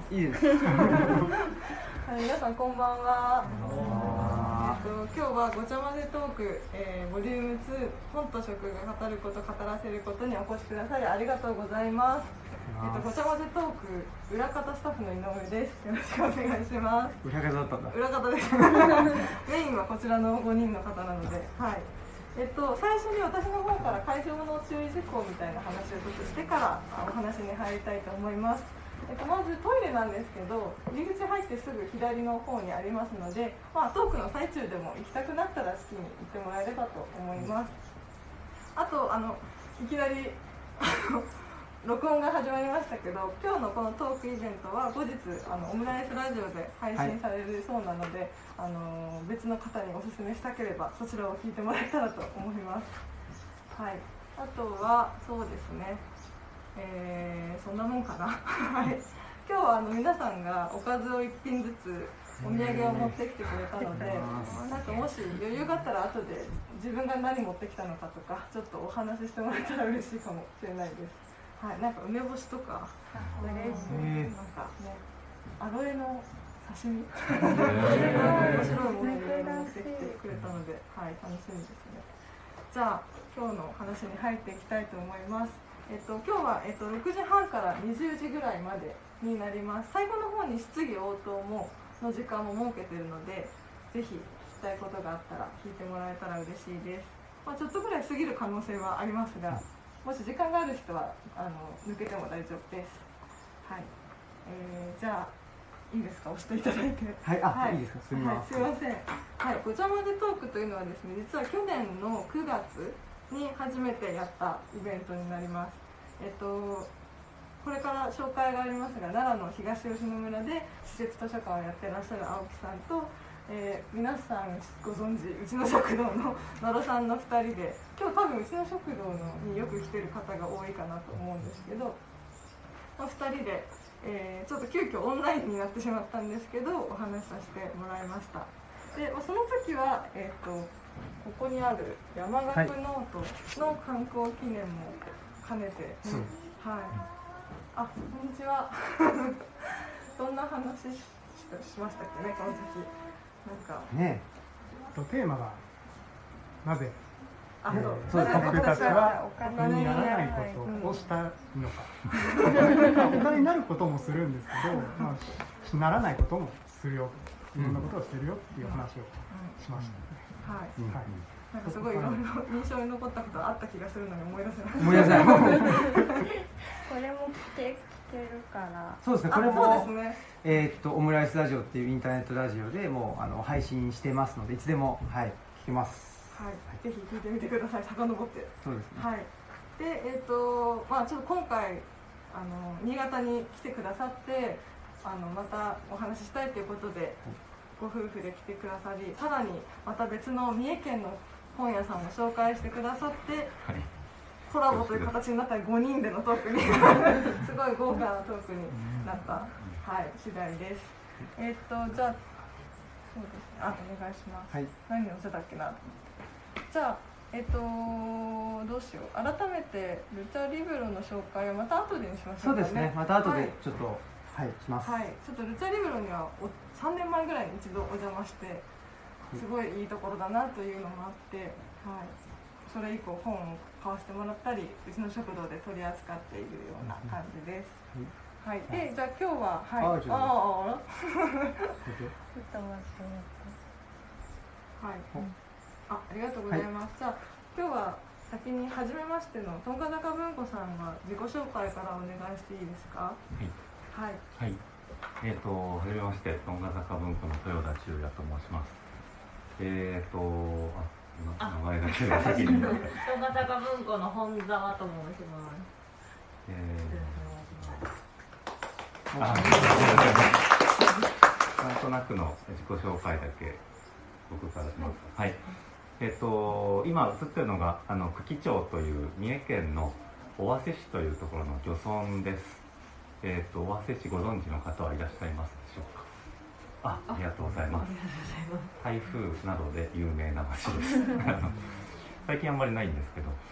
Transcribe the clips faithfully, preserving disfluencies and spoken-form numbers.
いいです。 皆さんこんばんは。えっと今日はごちゃ混ぜトーク、えー、ボリュームツー、本と食が語ること、語らせることにお越しくださりありがとうございます。えっとごちゃ混ぜトーク裏方スタッフの井上です。よろしくお願いします。 裏方だったんだ。 裏方です。メインはこちらのごにんの方なので、はい。えっと最初に私の方から会場の注意事項みたいな話をちょっとしてからお話に入りたいと思います。えっと、まずトイレなんですけど、入り口入ってすぐ左の方にありますので、まあ、トークの最中でも行きたくなったら好きに行ってもらえればと思います。あとあのいきなり録音が始まりましたけど、今日のこのトークイベントは後日あのオムライスラジオで配信されるそうなので、はい、あの別の方にお勧めしたければそちらを聞いてもらえたらと思います。はい、あとはそうですね、えー、そんなもんかな。はい、今日はあの皆さんがおかずをいっぴんずつお土産を持ってきてくれたので、なんかもし余裕があったら後で自分が何持ってきたのかとかちょっとお話ししてもらえたら嬉しいかもしれないです。はい、なんか梅干しとか、嬉しい、なんかね、アロエの刺身、面白いものを持ってきてくれたので、はい、楽しみですね。じゃあ今日の話に入っていきたいと思います。えっと、今日は、えっと、ろくじはんからにじゅうじぐらいまでになります。最後の方に質疑応答もの時間も設けているので、ぜひ聞きたいことがあったら聞いてもらえたら嬉しいです。まあ、ちょっとぐらい過ぎる可能性はありますが、もし時間がある人はあの抜けても大丈夫です。はい、えー、じゃあいいですか、押していただいて。 はい、あ、はい、いいですか、すみません。 はい、すみません。はい、ごちゃ混ぜトークというのはですね、実は去年のくがつに初めてやったイベントになります。えっとこれから紹介がありますが、奈良の東吉野村で施設図書館をやってらっしゃる青木さんと、えー、皆さんご存知うちの食堂の野呂さんのふたりで、今日多分うちの食堂のによく来てる方が多いかなと思うんですけど、ふたりで、えー、ちょっと急遽オンラインになってしまったんですけどお話しさせてもらいました。でその時は、えー、とここにある山岳ノートの観光記念も兼ねて、 うん、 はい、あ、こんにちは。どんな話 し, しましたっけね、この時。なんかねえ、テーマがなぜ、 あ、 えー、 そうですね、 僕たちはお金にならないことをしたいのか、うん、お金になることもするんですけど、まあ、ならないこともするよ、いろんなことをしてるよっていう話をしましたね。 うん、はい、 うん、はい、 なんかすごいいろいろ印象に残ったことがあった気がするのに思い出せない。 思い出せない。 これも来てきてるから。 そうですね、これも、 そうですね、 えー、っとオムライスラジオっていうインターネットラジオでもうあの配信してますので、いつでも、はい、聞けます。 はい、ぜひ聞いてみてください。遡って。 そうですね。 はい。で、えっとまあちょっと今回あの新潟に来てくださって、あのまたお話ししたいということで、はい、ご夫婦で来てくださり、さらにまた別の三重県の本屋さんを紹介してくださって、はい、コラボという形になったごにんでのトークにすごい豪華なトークになった、はい、次第です。えっとじゃあそうですね、あ、お願いします。はい、何をしてたっけな。じゃあえっとどうしよう。改めてルチャリブロの紹介はまた後でにしましょうかね。 そうですね。また後でちょっと、はい、はい、します。 はい、ちょっとルチャリブロにはおさんねんまえぐらいに一度お邪魔して、すごいいいところだなというのもあって、はい、それ以降本を買わせてもらったり、うちの食堂で取り扱っているような感じです。はい、はい、でじゃあ今日は、はい、ああああちょっと待ってはい、あ、ありがとうございます。はい、じゃあ今日は先に初めましてのとんか坂文庫さんが自己紹介からお願いしていいですか。はい。はい。 はい。えっ、ー、と初めまして、とんか坂文庫の豊田中也と申します。えっ、ー、とあ名前が先に。 とんか坂文庫の本沢と申します。えー、あ、なんとなくの自己紹介だけ僕からします。はい。えっと、今映ってるのがあの久喜町という三重県の尾鷲市というところの漁村です。えっと、尾鷲市ご存知の方はいらっしゃいますでしょうか。あ、ありがとうございます。台風などで有名な場所です。最近あんまりないんですけど、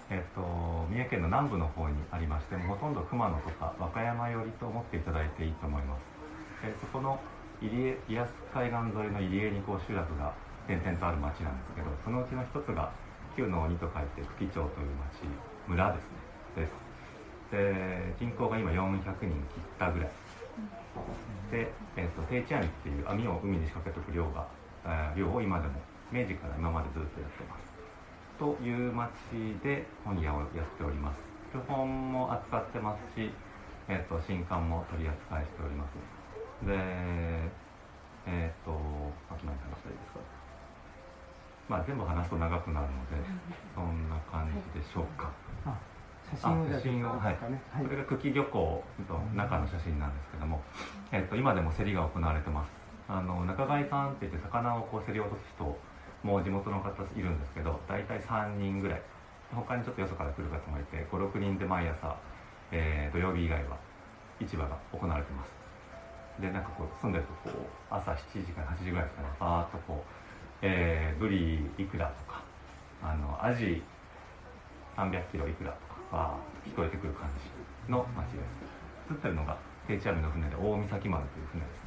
えっと、三重県の南部の方にありまして、もうほとんど熊野とか和歌山寄りと思っていただいていいと思います。でそこの入江伊安海岸沿いの入江にこう集落が点々とある町なんですけど、そのうちの一つが旧の鬼と書いて久喜町という町、村ですね。ですで人口が今よんひゃくにん切ったぐらいで、えっと、定置網っていう網を海に仕掛けておく漁が、えー、漁を今でも明治から今までずっとやってますという町で本屋をやっております。古本も扱ってますし、えっと、新刊も取り扱いしております。で、えっと、あと何話したらいいですか。まあ全部話すと長くなるので、そんな感じでしょうか。 あ、写真を写真を、はい、これが久喜漁港の中の写真なんですけども、えっと、今でも競りが行われてます。あの仲買さんって言って魚をこう競り落とす人もう地元の方いるんですけど、大体さんにんぐらい、他にちょっとよそから来る方もいてごろくにんで毎朝、えー、土曜日以外は市場が行われてます。でなんかこう住んでるとこう朝しちじからはちじぐらいですかね、バーッとこう、えー、ブリいくらとかあのアジさんびゃくキロいくらとかバーッと聞こえてくる感じの町です。映ってるのが定置網の船で大岬丸という船です。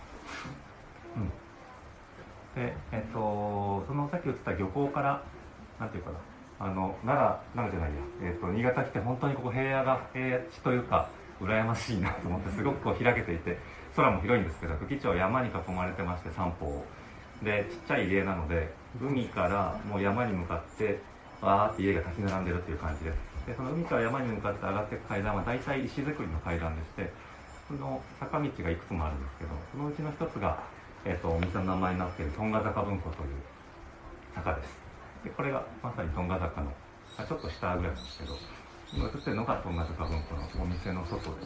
うんでえっと、そのさっき映った漁港からなんていうかな、あの奈良奈良じゃないや、えっと、新潟来て本当にここ平野が平地というか羨ましいなと思って、すごくこう開けていて空も広いんですけど、久喜町は山に囲まれてまして三方でちっちゃい家なので海からもう山に向かってわーって家が立ち並んでるっていう感じです。でその海から山に向かって上がっていく階段は大体石造りの階段でして、その坂道がいくつもあるんですけど、そのうちの一つがえー、とお店の名前になっているトンガ坂文庫という坂です。でこれがまさにトンガ坂のあちょっと下ぐらいですけど、今映ってるのがトンガ坂文庫のお店の外です。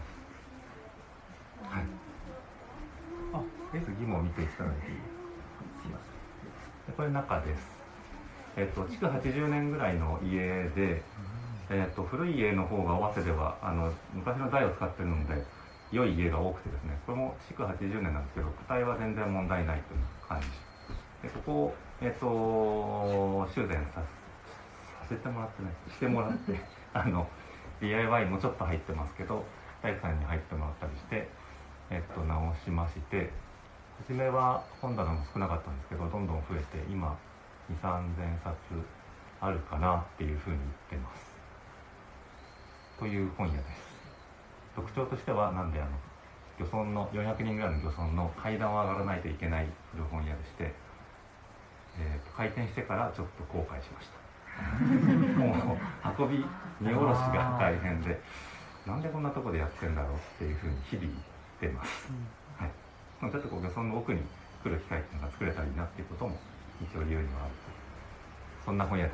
はい。あ、とりあえず疑問を見ていただいていいでこれ中です。えっ、ー、と築はちじゅうねんぐらいの家で、えー、と古い家の方が尾鷲ではあの昔の台を使ってるので良い家が多くてですね、これも築はちじゅうねんなんですけど躯体は全然問題ないという感じで、ここを、えー、と修繕さ, させてもらってねしてもらってあの ディーアイワイ もちょっと入ってますけど大工さんに入ってもらったりして、えー、と直しまして、初めは本棚も少なかったんですけどどんどん増えて今にせんさんぜんさつあるかなっていうふうに言ってますという本屋です。特徴としてはなんであの漁村のよんひゃくにんぐらいの漁村の階段を上がらないといけない古本屋でして、えー、と開店してからちょっと後悔しましたもう運び荷下ろしが大変でなんでこんなとこでやってんだろうっていうふうに日々言ってます、はい、ちょっとこう漁村の奥に来る機会っていうのが作れたらいいなっていうことも一応理由にはあると、そんな本屋です。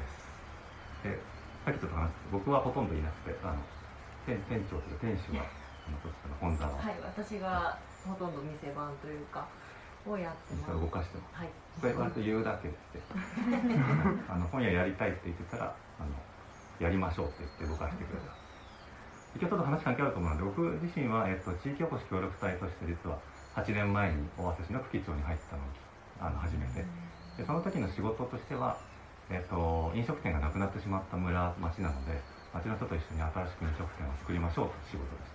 でさっきちょっと話した僕はほとんどいなくてあの店, 店長というか店主はあのこちらの本座ははい私がほとんど店番というかをやってます。 動かしてます。はい。それ割と言うだけってあの本屋やりたいって言ってたらあのやりましょうって言って動かしてくれた。一応ちょっと話関係あると思うので僕自身は、えっと、地域おこし協力隊として実ははちねんまえに尾鷲市の久喜町に入ったのをあの初めてでその時の仕事としては、えっと、飲食店がなくなってしまった村町なので町の人と一緒に新しく飲食店を作りましょうという仕事でした。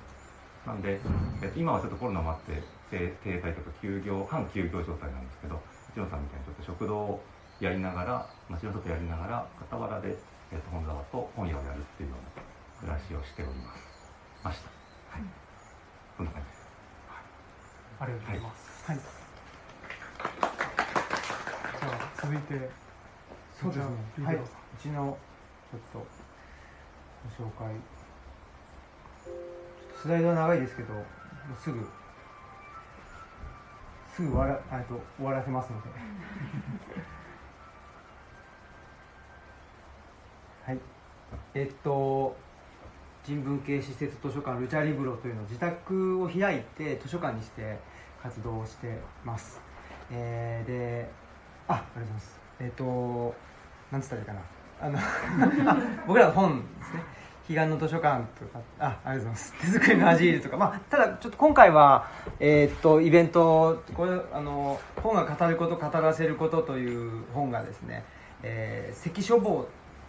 なんで、えっと、今はちょっとコロナもあって停滞とか休業半休業状態なんですけど一野さんみたいにちょっと食堂をやりながら町の人とやりながら傍らで、えっと、本沢と本屋をやるっていうような暮らしをしておりますました。はい、こんな感じです。 はい、ありがとうございます。はい。じゃあ続いてそうですね。はい。うちのちょっとご紹介。スライドは長いですけど、もうすぐすぐ終わらあと終わらせますので。はい。えっと。人文系施設図書館ルチャリブロというのを自宅を開いて図書館にして活動をしてます。えー、で、あ、ありがとうございます。えっ、ー、と、なんつったらいいかな。あのあ僕らの本ですね。彼岸の図書館とか、あ、ありがとうございます。手作りのアジールとか、まあ、ただちょっと今回は、えっ、ー、と、イベント、これ、あの、本が語ること、語らせることという本がですね、えー、関書房って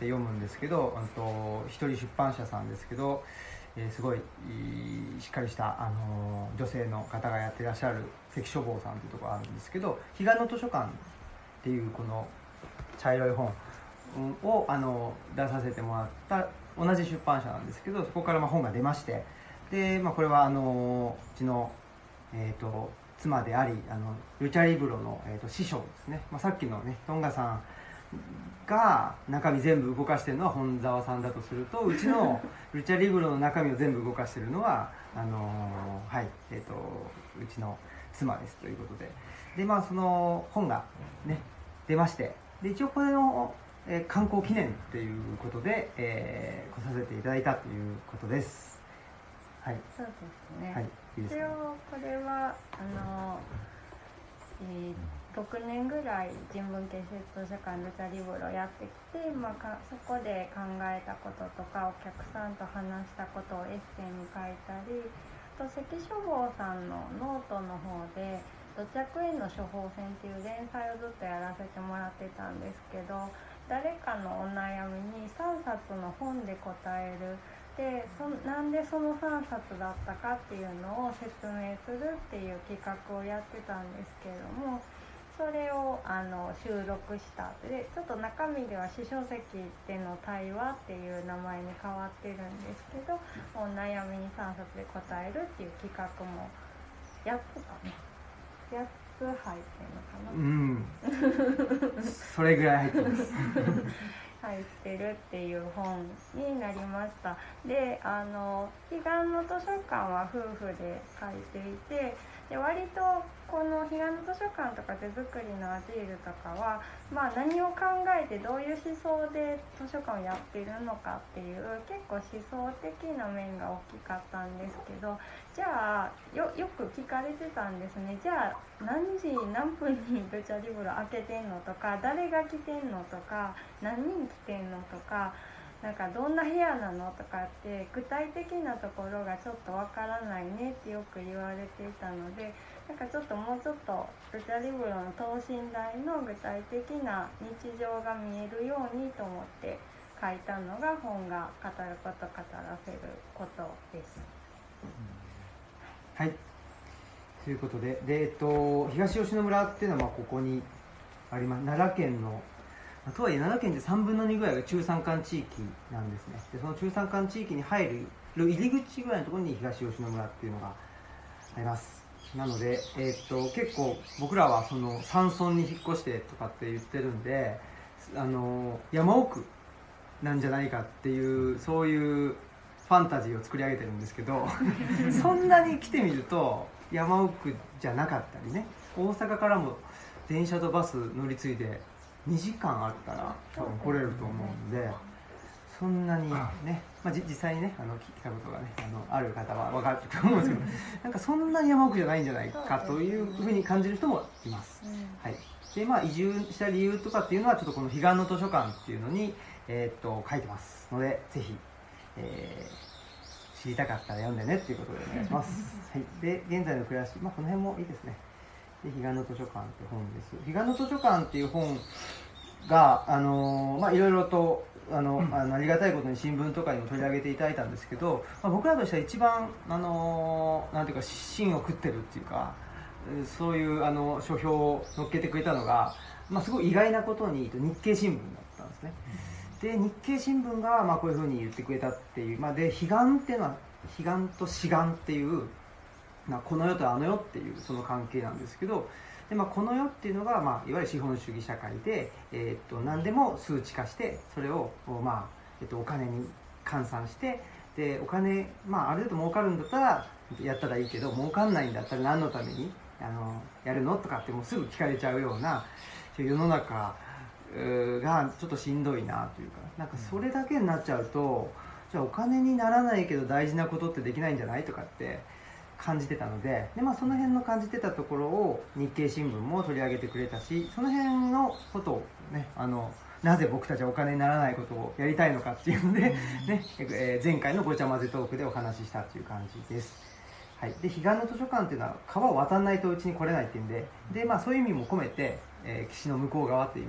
って読むんですけど、あと一人出版社さんですけど、えー、すごいしっかりした、あのー、女性の方がやってらっしゃる関書房さんというところがあるんですけど、彼岸の図書館っていうこの茶色い本を、あの出させてもらった同じ出版社なんですけど、そこからまあ本が出まして、で、まあ、これはあのうちの、えー、と妻であり、あのルチャリブロの、えー、と師匠ですね、まあ、さっきのねトンガさんが中身全部動かしてるのは本沢さんだとすると、うちのルチャリブロの中身を全部動かしてるのはあのー、はい、えー、とうちの妻ですということで、でまあその本がね出まして、で一応これの、えー、刊行記念ということで、えー、来させていただいたということです。はい。 そうですね。 はい、いいですね。 一応これはあの、えーろくねんぐらい人文系図書館ルチャリブロやってきて、まあ、かそこで考えたこととかお客さんと話したことをエッセイに書いたり、あと関書房さんのノートの方で土着への処方箋っていう連載をずっとやらせてもらってたんですけど、誰かのお悩みにさんさつの本で答える、でそなんでそのさんさつだったかっていうのを説明するっていう企画をやってたんですけれども、それをあの収録したで、ちょっと中身では詩書籍での対話っていう名前に変わってるんですけど、お悩みにさんさつで答えるっていう企画もやっつかなやっつ入ってるのかな、 うん、それぐらい入ってます入ってるっていう本になりました。で、あの彼岸の図書館は夫婦で書いていて、で割とこの彼岸の図書館とか手作りのアジールとかは、まあ、何を考えてどういう思想で図書館をやっているのかっていう結構思想的な面が大きかったんですけど、じゃあ よ, よく聞かれてたんですね。じゃあ何時何分にルチャリブロ開けてんのとか、誰が来てんのとか、何人来てんのとか、なんかどんな部屋なのとかって具体的なところがちょっとわからないねってよく言われていたので、なんかちょっともうちょっとルチャリブロの等身大の具体的な日常が見えるようにと思って書いたのが本が語ること語らせることです。 はい、ということで、で、えっと、東吉野村っていうのはまあここにあります。奈良県のとはいえ奈良県でさんぶんのにぐらいが中山間地域なんですね。でその中山間地域に入る入り口ぐらいのところに東吉野村っていうのがあります。なので、えー、っと結構僕らはその山村に引っ越してとかって言ってるんで、あの山奥なんじゃないかっていうそういうファンタジーを作り上げてるんですけどそんなに来てみると山奥じゃなかったりね、大阪からも電車とバス乗り継いでにじかんあったら多分来れると思うんで、そんなにね、まあ、実際にねあの来たことがね あのある方は分かると思うんですけどなんかそんなに山奥じゃないんじゃないかというふうに感じる人もいます、はい。でまあ移住した理由とかっていうのはちょっとこの彼岸の図書館っていうのに、えー、っと書いてますので、ぜひ、えー、知りたかったら読んでねっていうことでお願いします、はい。で現在の暮らし、まあ、この辺もいいですね。で彼岸の図書館って本です。彼岸の図書館っていう本があのー、まあいろいろとあの、うん、あのありがたいことに新聞とかにも取り上げていただいたんですけど、まあ、僕らとしては一番あのー、なんていうか芯を食ってるっていうか、そういうあの書評を載っけてくれたのが、まあ、すごい意外なことに日経新聞だったんですね。で日経新聞がまあこういうふうに言ってくれたっていう、まあ、で彼岸っていうのは彼岸と志願っていうまあ、この世とあの世っていうその関係なんですけど、で、まあ、この世っていうのが、まあ、いわゆる資本主義社会で、えー、っと何でも数値化してそれを、まあえっと、お金に換算して、でお金、まあ、ある程度儲かるんだったらやったらいいけど儲かんないんだったら何のためにあのやるのとかってもうすぐ聞かれちゃうような世の中がちょっとしんどいなというか、なんかそれだけになっちゃうと、じゃあお金にならないけど大事なことってできないんじゃないとかって感じてたので、で、まあ、その辺の感じてたところを日経新聞も取り上げてくれたし、その辺のことをね、あのなぜ僕たちはお金にならないことをやりたいのかっていうので、ねえー、前回のごちゃ混ぜトークでお話ししたっていう感じです。はい、で彼岸の図書館っていうのは川を渡らないとうちに来れないっていうんで、で、まあ、そういう意味も込めて、えー、岸の向こう側という意味で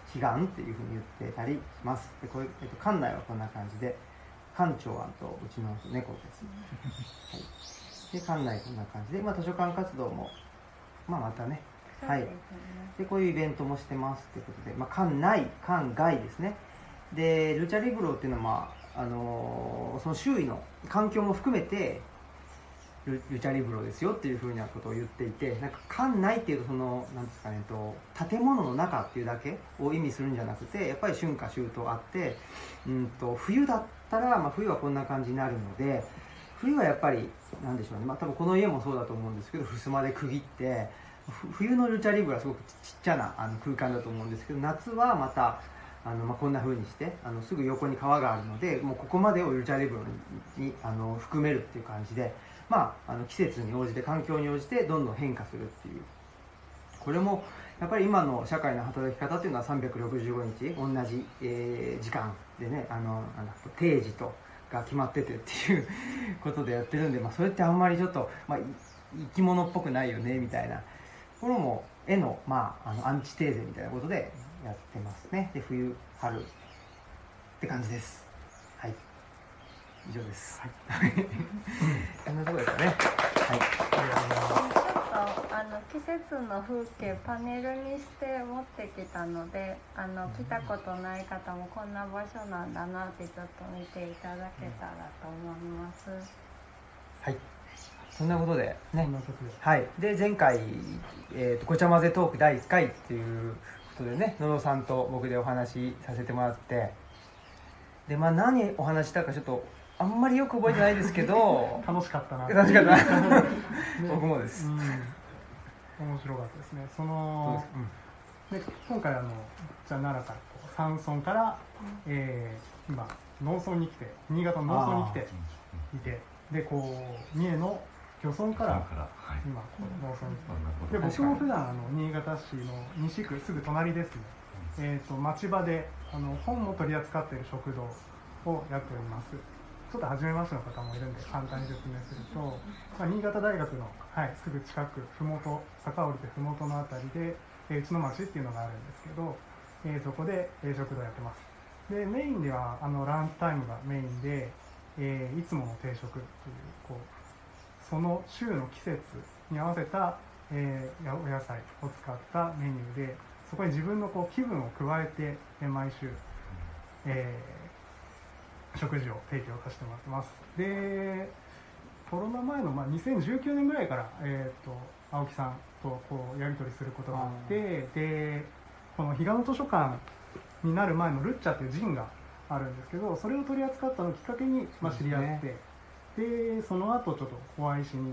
彼岸っていうふうに言ってたりします。でこれ、えっと、館内はこんな感じで館長案とうちの猫です、はい、で館内こんな感じで、まあ、図書館活動も、まあ、またね、はい、でこういうイベントもしてますということで、まあ、館内館外ですね。でルチャリブロっていうのは、まああのー、その周囲の環境も含めてル, ルチャリブロですよっていうふうなことを言っていて、なんか館内っていうとそのなんですかねと建物の中っていうだけを意味するんじゃなくて、やっぱり春夏秋冬あって、うんと冬だったら、まあ、冬はこんな感じになるので、冬はやっぱりなんでしょうね、まあ多分この家もそうだと思うんですけど、襖で区切って冬のルチャリブロはすごくちっちゃなあの空間だと思うんですけど、夏はまたあの、まあ、こんな風にしてあのすぐ横に川があるので、もうここまでをルチャリブロに、にあの含めるっていう感じで、まあ、あの季節に応じて環境に応じてどんどん変化するっていう、これもやっぱり今の社会の働き方っていうのはさんびゃくろくじゅうごにち同じ、えー、時間でね、あのなんだ定時とが決まっててっていうことでやってるんで、まあ、それってあんまりちょっと、まあ、生き物っぽくないよねみたいなところも絵の、まあ、あのアンチテーゼみたいなことでやってますね。で冬春って感じです。はい、以上です。はい、こんなところですかね。はい、 ちょっとあの季節の風景パネルにして持ってきたので、あの来たことない方もこんな場所なんだなってちょっと見ていただけたらと思います。 はい、そんなことでね、 こんなことで、 はい、で前回、えーと、ごちゃ混ぜトークだいいっかいっていうことでね、野々さんと僕でお話しさせてもらって、でまあ何お話したかちょっとあんまりよく覚えてないですけど楽しかったな。 楽しかった僕もです、 うん、面白かったですね。そので、うん、で今回あのじゃあ奈良からこう山村から、えー、今農村に来て、新潟の農村に来ていて、でこう三重の漁村から今こう農村に来て、で僕も普段あの新潟市の西区すぐ隣ですね、えー、と町場であの本も取り扱っている食堂をやっております。ちょっと初めましての方もいるんで簡単に説明すると、まあ、新潟大学の、はい、すぐ近く麓、坂を降りて麓のあたりで、えー、内野町っていうのがあるんですけど、えー、そこで、えー、食堂やってます。でメインではあのランチタイムがメインで、えー、いつもの定食という、こうその週の季節に合わせた、えー、お野菜を使ったメニューで、そこに自分のこう気分を加えて、えー、毎週、えー、食事を提供させてもらってます。でコロナ前の、まあ、にせんじゅうきゅうねんぐらいから、えー、と青木さんとこうやり取りすることがあって、でこの彼岸の図書館になる前のルッチャっていうジンがあるんですけど、それを取り扱ったのをきっかけに、まあ、知り合って、でその後ちょっとお会いしに行って、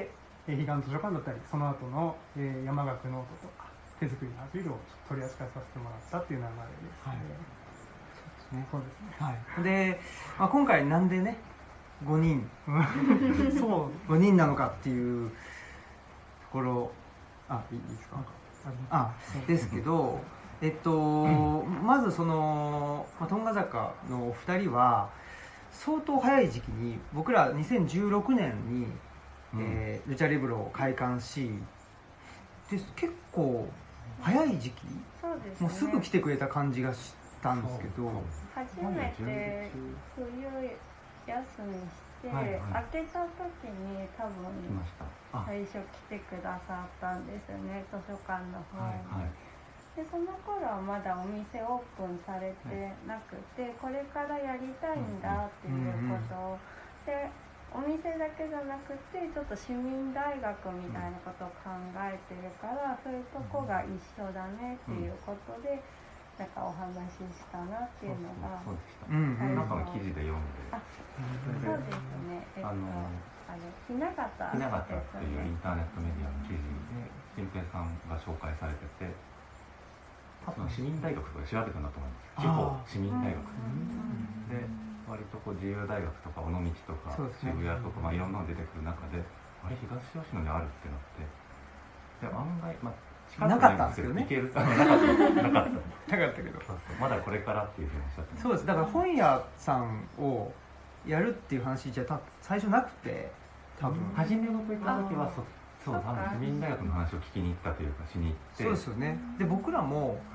彼岸図書館だったりその後の、えー、山岳ノートとか手作りのアピールを取り扱いさせてもらったっていう流れです、はい、そうですね。 はい、で、まあ、今回なんでねごにんそうごにんなのかっていうところ、あ、いいですか。あ、ですけど、えっと、うん、まずその、まあ、トンガ坂のお二人は相当早い時期に、僕らにせんじゅうろくねんに、うん、えー、ルチャリブロを開館し、で結構早い時期、 そうですね、 もうすぐ来てくれた感じがしたんですけど、 初めて冬休みして、はいはい、明けた時に多分最初来てくださったんですよね、図書館の方に、はいはい、でその頃はまだお店オープンされてなくて、これからやりたいんだっていうことを、でお店だけじゃなくてちょっと市民大学みたいなことを考えてるから、そういうとこが一緒だねっていうことで、なんかお話ししたなっていうのが、 そうでした。中の記事で読んで、 あ、そうですね。えっと、あのひながたひながたっていうインターネットメディアの記事で新平さんが紹介されてて、多分市民大学とか調べたんだと思います。地方市民大学で、割とこう自由大学とか尾道とか渋谷とか、まあいろんなの出てくる中で、あれ東吉野にあるってなって、で案外まあ近くないんですけど、なかったんですけどね。行けるなかったなかったなかったけど、そうそう、まだこれからっていうふうにおっしゃってます。 そうです。だから本屋さんをやるっていう話じゃた最初なくて、多分初めの時はそそう多分市民大学の話を聞きに行ったというかしに行って、 そうですよね。で僕らも、はい、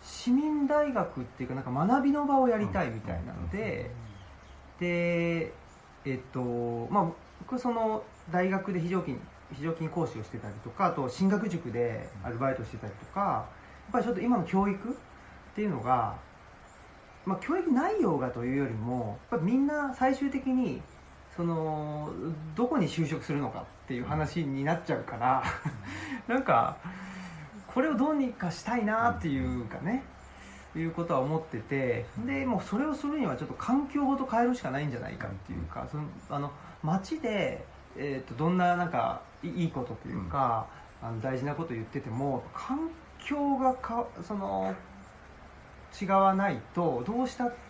市民大学っていうかなんか学びの場をやりたいみたいなので、でえっとまあ僕その大学で非常勤非常勤講師をしてたりとか、あと進学塾でアルバイトしてたりとか、やっぱりちょっと今の教育っていうのが、まあ、教育内容がというよりもやっぱりみんな最終的にそのどこに就職するのかっていう話になっちゃうからなんかこれをどうにかしたいなっていうかね、いうことは思ってて、でもうそれをするにはちょっと環境ごと変えるしかないんじゃないかっていうか、そのあの街で、えー、とどんななんかいいことというか、うん、あの大事なことを言ってても環境がかその違わないとどうしたって、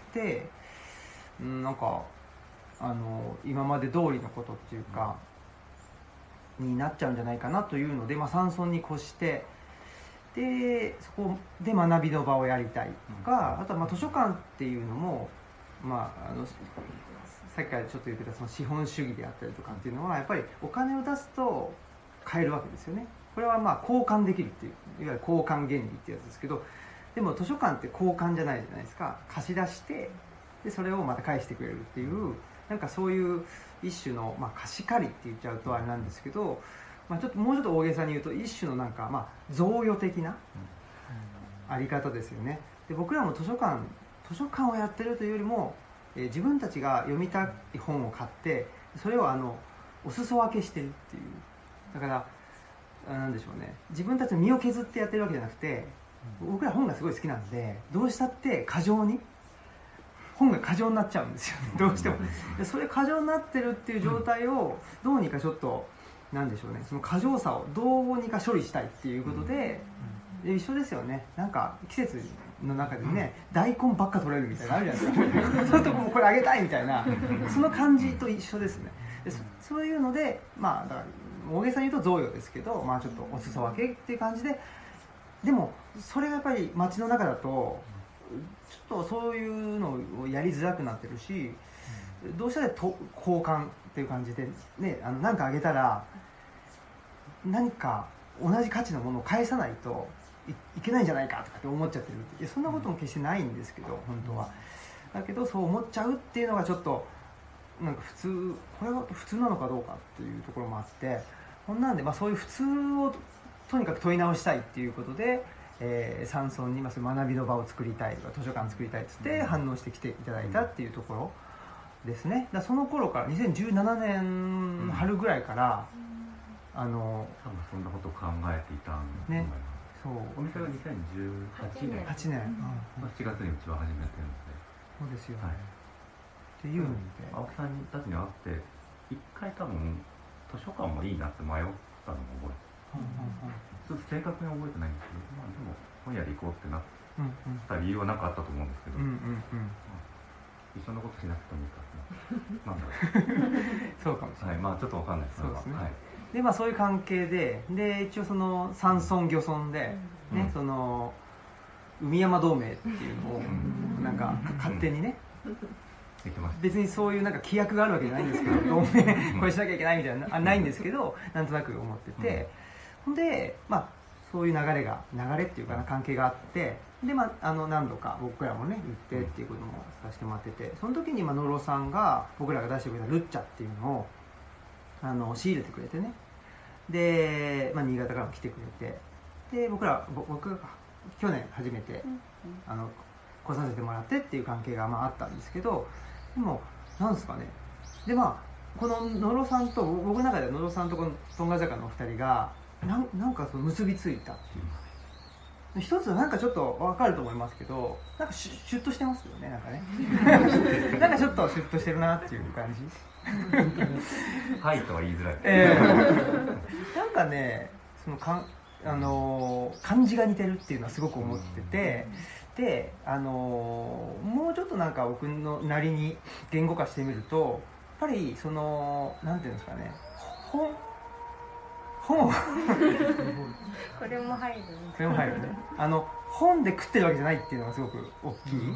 うん、なんかあの今まで通りのことっていうか、うん、になっちゃうんじゃないかなというので、まあ、山村に越してでそこで学びの場をやりたいとか、あとはまあ図書館っていうのも、まあ、あのさっきからちょっと言ってたその資本主義であったりとかっていうのはやっぱりお金を出すと買えるわけですよね。これはまあ交換できるっていう、いわゆる交換原理ってやつですけど、でも図書館って交換じゃないじゃないですか。貸し出してでそれをまた返してくれるっていう、なんかそういう一種の、まあ、貸し借りって言っちゃうとあれなんですけど、まあ、ちょっともうちょっと大げさに言うと一種のなんか、まあ、贈与的なあり方ですよね。で僕らも図書館図書館をやってるというよりも、えー、自分たちが読みたい本を買ってそれをあのお裾分けしてるっていう、だからなんでしょうね、自分たちの身を削ってやってるわけじゃなくて、僕ら本がすごい好きなんでどうしたって過剰に本が過剰になっちゃうんですよね、どうしても。でそれ過剰になってるっていう状態をどうにかちょっとなんでしょうね、その過剰さをどうにか処理したいっていうことで、で一緒ですよね。なんか季節の中でね、大根ばっか取れるみたいなのあるじゃないですかそうするともうこれあげたいみたいなその感じと一緒ですね。で そ, そういうので、まあだから大げさに言うと贈与ですけど、まあちょっとお裾分けっていう感じで、でもそれがやっぱり街の中だとちょっとそういうのをやりづらくなってるし、どうしたらと交換っていう感じでね、あのなんかあげたら何か同じ価値のものを返さないと い, いけないんじゃないかとかって思っちゃってる。いやそんなことも決してないんですけど本当は。だけどそう思っちゃうっていうのがちょっとなんか普通、これが普通なのかどうかっていうところもあって、こんなんで、まあ、そういう普通をとにかく問い直したいっていうことで、えー、山村にまず学びの場を作りたいとか図書館作りたいっつって反応してきていただいたっていうところですね。だその頃からにせんじゅうななねん春ぐらいから、うん、あの多分そんなことを考えていたんだと思います、ね、そうお店はにせんじゅうはちねんはちねん、 うん、しちがつにうちは始めてるので、 そうですよね、はい、っていうので、 青木さんたちに会って一回多分図書館もいいなって迷ったのも覚えて、うんうんうん、ちょっと正確に覚えてないんですけど、まあ、でも本屋で行こうってなった理由は何かあったと思うんですけど、うんうんうん、まあ、一緒のことしなくてもいいかななんだろうそうかもしれない、 はい、まあちょっとわかんないです。 そうですね、 はい、 でまあそういう関係で、で一応その山村漁村で、うん、ね、その海山同盟っていうのをなんか勝手にね、別にそういうなんか規約があるわけじゃないんですけど同盟これしなきゃいけないみたいなのはないんですけど、なんとなく思ってて、ほんでまあそういう流れが流れっていうかな関係があって、でまああの何度か僕らもね行ってっていうこともさせてもらってて、その時にまあ野呂さんが僕らが出してくれたルッチャっていうのをあの仕入れてくれてね、で、まあ、新潟からも来てくれて、で僕ら僕去年初めて、うんうん、あの来させてもらってっていう関係がまああったんですけど、でもなんですかね、でまあこの野呂さんと僕の中では野呂さんとこのトンガ坂のお二人がな ん, なんかその結びついたっていうかね、一つはなんかちょっと分かると思いますけど、なんかシュシュッとしてますよね、なんかねなんかちょっとシュッとしてるなっていう感じはいとは言いづらい、 えー、なんかねそのかん、あのー、漢字が似てるっていうのはすごく思ってて、で、あのー、もうちょっとなんか僕のなりに言語化してみると、やっぱりそのなんていうんですかね、本本これも入るこれも入るね、あの本で食ってるわけじゃないっていうのがすごく大きい、うん、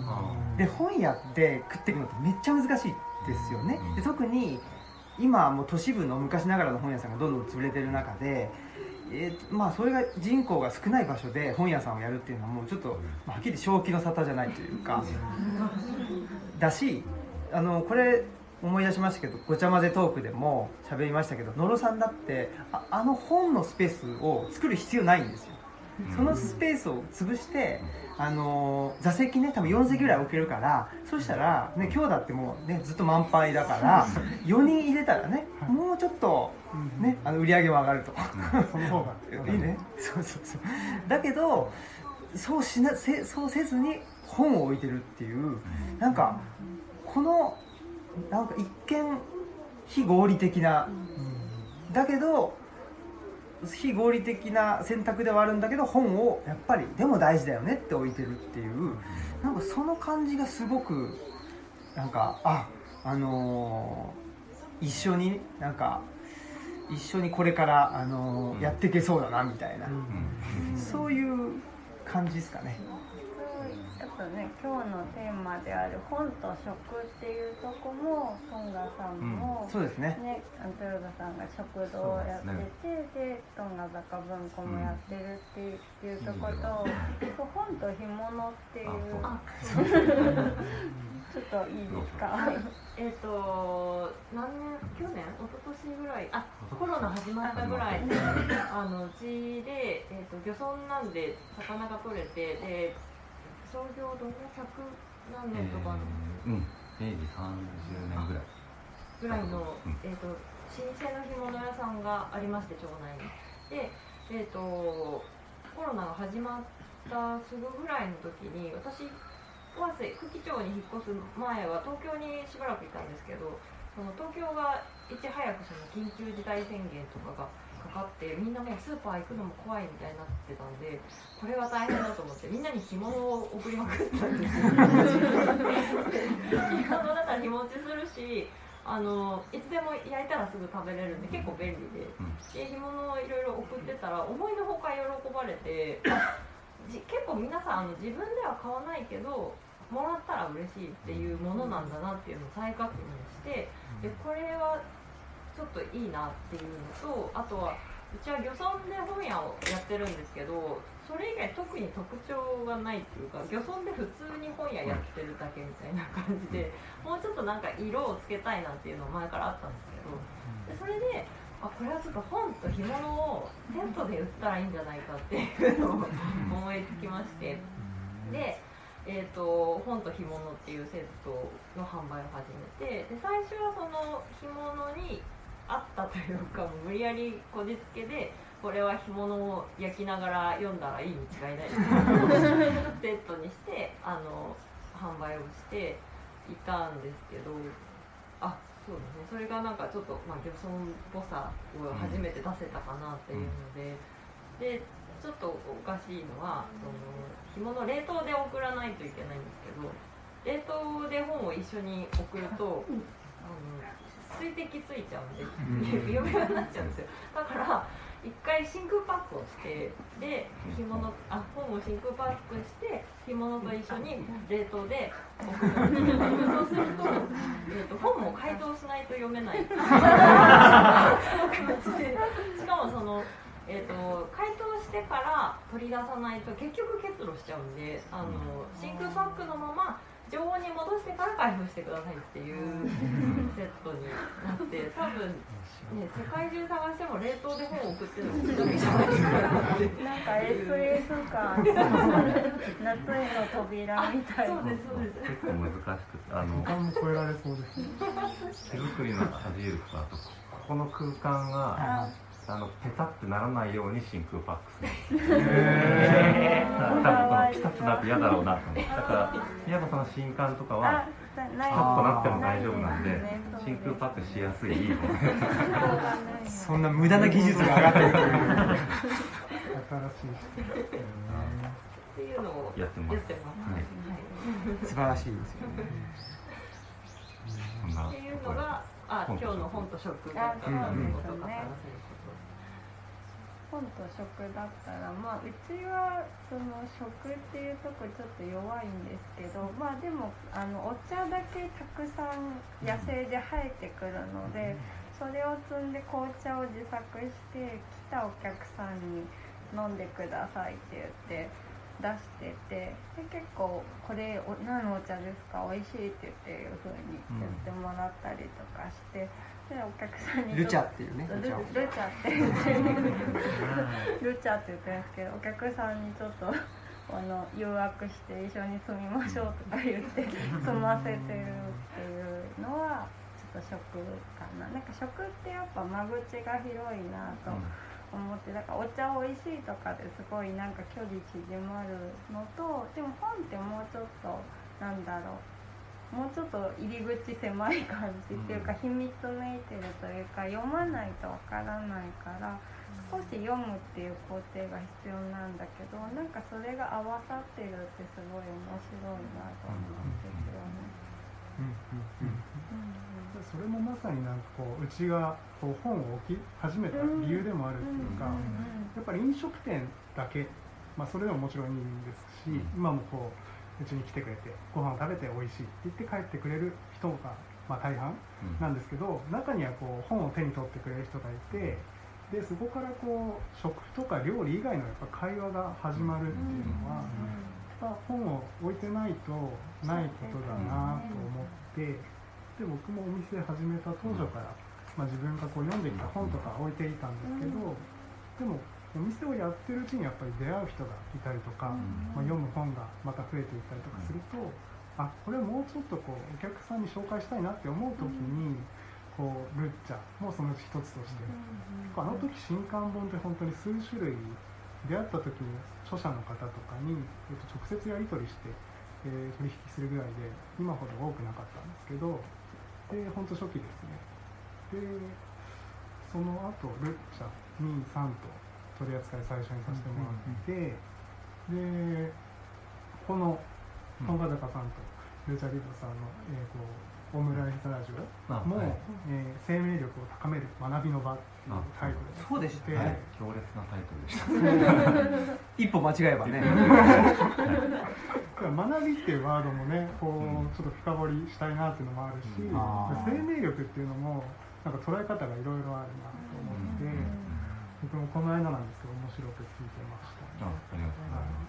で本屋で食っていくのってめっちゃ難しいですよね。で特に今もう都市部の昔ながらの本屋さんがどんどん潰れてる中で、 えーまあ、それが人口が少ない場所で本屋さんをやるっていうのはもうちょっと、まあ、はっきり正気の沙汰じゃないというかだし、あのこれ思い出しましたけど、ごちゃ混ぜトークでも喋りましたけど、野呂さんだって あ, あの本のスペースを作る必要ないんですよ。そのスペースを潰して、あの座席ね、多分よん席ぐらい置けるから、そしたら、ね、今日だってもう、ね、ずっと満杯だからよにん入れたらね、もうちょっと、ね、あの売り上げも上がるとその方がいいね。そうそうそう。だけどそうしなせそうせずに本を置いてるっていう、なんかこのなんか一見非合理的な、だけど非合理的な選択ではあるんだけど、本をやっぱりでも大事だよねって置いてるっていう、なんかその感じがすごくなんかああのー、一緒になんか一緒にこれから、あのー、やっていけそうだなみたいな、そういう感じですかね。 あとね、今日のテーマである本と食っていうとこもトンガさんも、 うん、そうですね。 ね、豊田さんが食堂をやってて、ね、でトンガ坂文庫もやってるっていうとこと、うん、本と干物っていうちょっといいですか。 はい、えっ、ー、と何年去年一昨年ぐらい、あコロナ始まったぐらいで、あのうちで、えー、と漁村なんで魚が取れて、で創業どんなひゃく何年とかの、 えー、うん明治さんじゅうねんぐらいぐらいの、うん、えー、と老舗の干物屋さんがありまして、町内に。で、えー、とコロナが始まったすぐぐらいの時に、私尾鷲久喜町に引っ越す前は東京にしばらくいたんですけど、その東京がいち早くその緊急事態宣言とかがかかって、みんなもうスーパー行くのも怖いみたいになってたんで、これは大変だと思ってみんなに干物を送りまくったんですよ。干物だったら日持ちするし、あのいつでも焼いたらすぐ食べれるんで結構便利で、で干物をいろいろ送ってたら思いのほか喜ばれて、じ結構皆さんあの自分では買わないけどもらったら嬉しいっていうものなんだなっていうのを再確認して、でこれはちょっといいなっていうのと、あとはうちは漁村で本屋をやってるんですけど、それ以外特に特徴がないっていうか、漁村で普通に本屋やってるだけみたいな感じで、もうちょっとなんか色をつけたいなっていうの前からあったんですけど、でそれであこれはちょっと本と干物をセットで売ったらいいんじゃないかっていうのを思いつきまして、でえー、と本と干物っていうセットの販売を始めて、で最初はその干物にあったというか、もう無理やりこじつけでこれは干物を焼きながら読んだらいいに違いないセットにしてあの販売をしていたんですけど、あそうですね、それがなんかちょっと、まあ、漁村っぽさを初めて出せたかなっていうので、でちょっとおかしいのはその干物冷凍で送らないといけないんですけど、冷凍で本を一緒に送るとあの水滴ついちゃうんでビヨビヨになっちゃうんですよ。だから一回真空パックをして、で干物あ本を真空パックして干物と一緒に冷凍で送るんですけど、そうすると、えー、と本も解凍しないと読めないその形で、しかもそのえー、と解凍してから取り出さないと結局結露しちゃうんで、あの真空パックのまま常温に戻してから開封してくださいっていうセットになって、多分、ね、世界中探しても冷凍で本を送ってるのこっちだけじゃないですか。 なんか エスエス か夏への扉みたいな。 そうですそうです。 結構難しくて、あの時間も超えられそうですね。 手作りの恥じるとあとここの空間があのペタってならないように真空パックする。へー多分このピタッとなって嫌だろうなと思って、だからやっぱその新刊とかはピタッとなっても大丈夫なんで、真空パックしやすいいいものです。 そんな無駄な技術が上がってるという新しいっていうのをやってます。 素晴らしいですよね。 っていうのがあ今日の本と食だったらということかな。 本と食だったら、まあ、うちはその食っていうとこちょっと弱いんですけど、まあでもあのお茶だけたくさん野生で生えてくるので、 それを積んで紅茶を自作して来たお客さんに飲んでくださいって言って出してて、で結構これお何のお茶ですか美味しいって言っていう風に言ってもらったりとかして、でお客さんにルチャっていうね、 ルルチャって言ってルチャって言ってるんですけど、お客さんにちょっとあの誘惑して一緒に住みましょうとか言って住ませてるっていうのはちょっと食かな。なんか食ってやっぱ間口が広いなと思って、だからお茶美味しいとかですごいなんか距離縮まるのと、でも本ってもうちょっとなんだろう、もうちょっと入り口狭い感じっていうか、秘密めいてるというか、読まないとわからないから少し読むっていう工程が必要なんだけど、なんかそれが合わさってるってすごい面白いなと思うんですよね。 それもまさになんかこううちがこう本を置き始めた理由でもあるっていうか、やっぱり飲食店だけ、まあ、それでももちろんいいんですし、今もこううちに来てくれてご飯を食べて美味しいって言って帰ってくれる人がまあ大半なんですけど、中にはこう本を手に取ってくれる人がいて、でそこからこう食とか料理以外のやっぱ会話が始まるっていうのは、やっぱ本を置いてないとないことだなと思って、で僕もお店始めた当初から、まあ、自分がこう読んできた本とか置いていたんですけど、でもお店をやってるうちにやっぱり出会う人がいたりとか、まあ、読む本がまた増えていったりとかすると、あこれもうちょっとこうお客さんに紹介したいなって思う時に、こうルッチャもその一つとして、あの時新刊本って本当に数種類出会った時に著者の方とかに直接やり取りして、えー、取引するぐらいで今ほど多くなかったんですけど、で本当初期ですね。でその後ルッチャにさんと取り扱い最初にさせてもらって、でこの本ヶ坂さんとルーチャリブロさんの、えー、こうオムライスラジオも、はいえー、生命力を高める学びの場っていうタイトルで、 そうでしたね、 はい、強烈なタイトルでした一歩間違えばね学びっていうワードもねこう、うん、ちょっと深掘りしたいなっていうのもあるし、うん、生命力っていうのもなんか捉え方がいろいろあるなと思って、うん、僕もこの間なんですけど面白く聞いてました、 ね、あありがとうございます。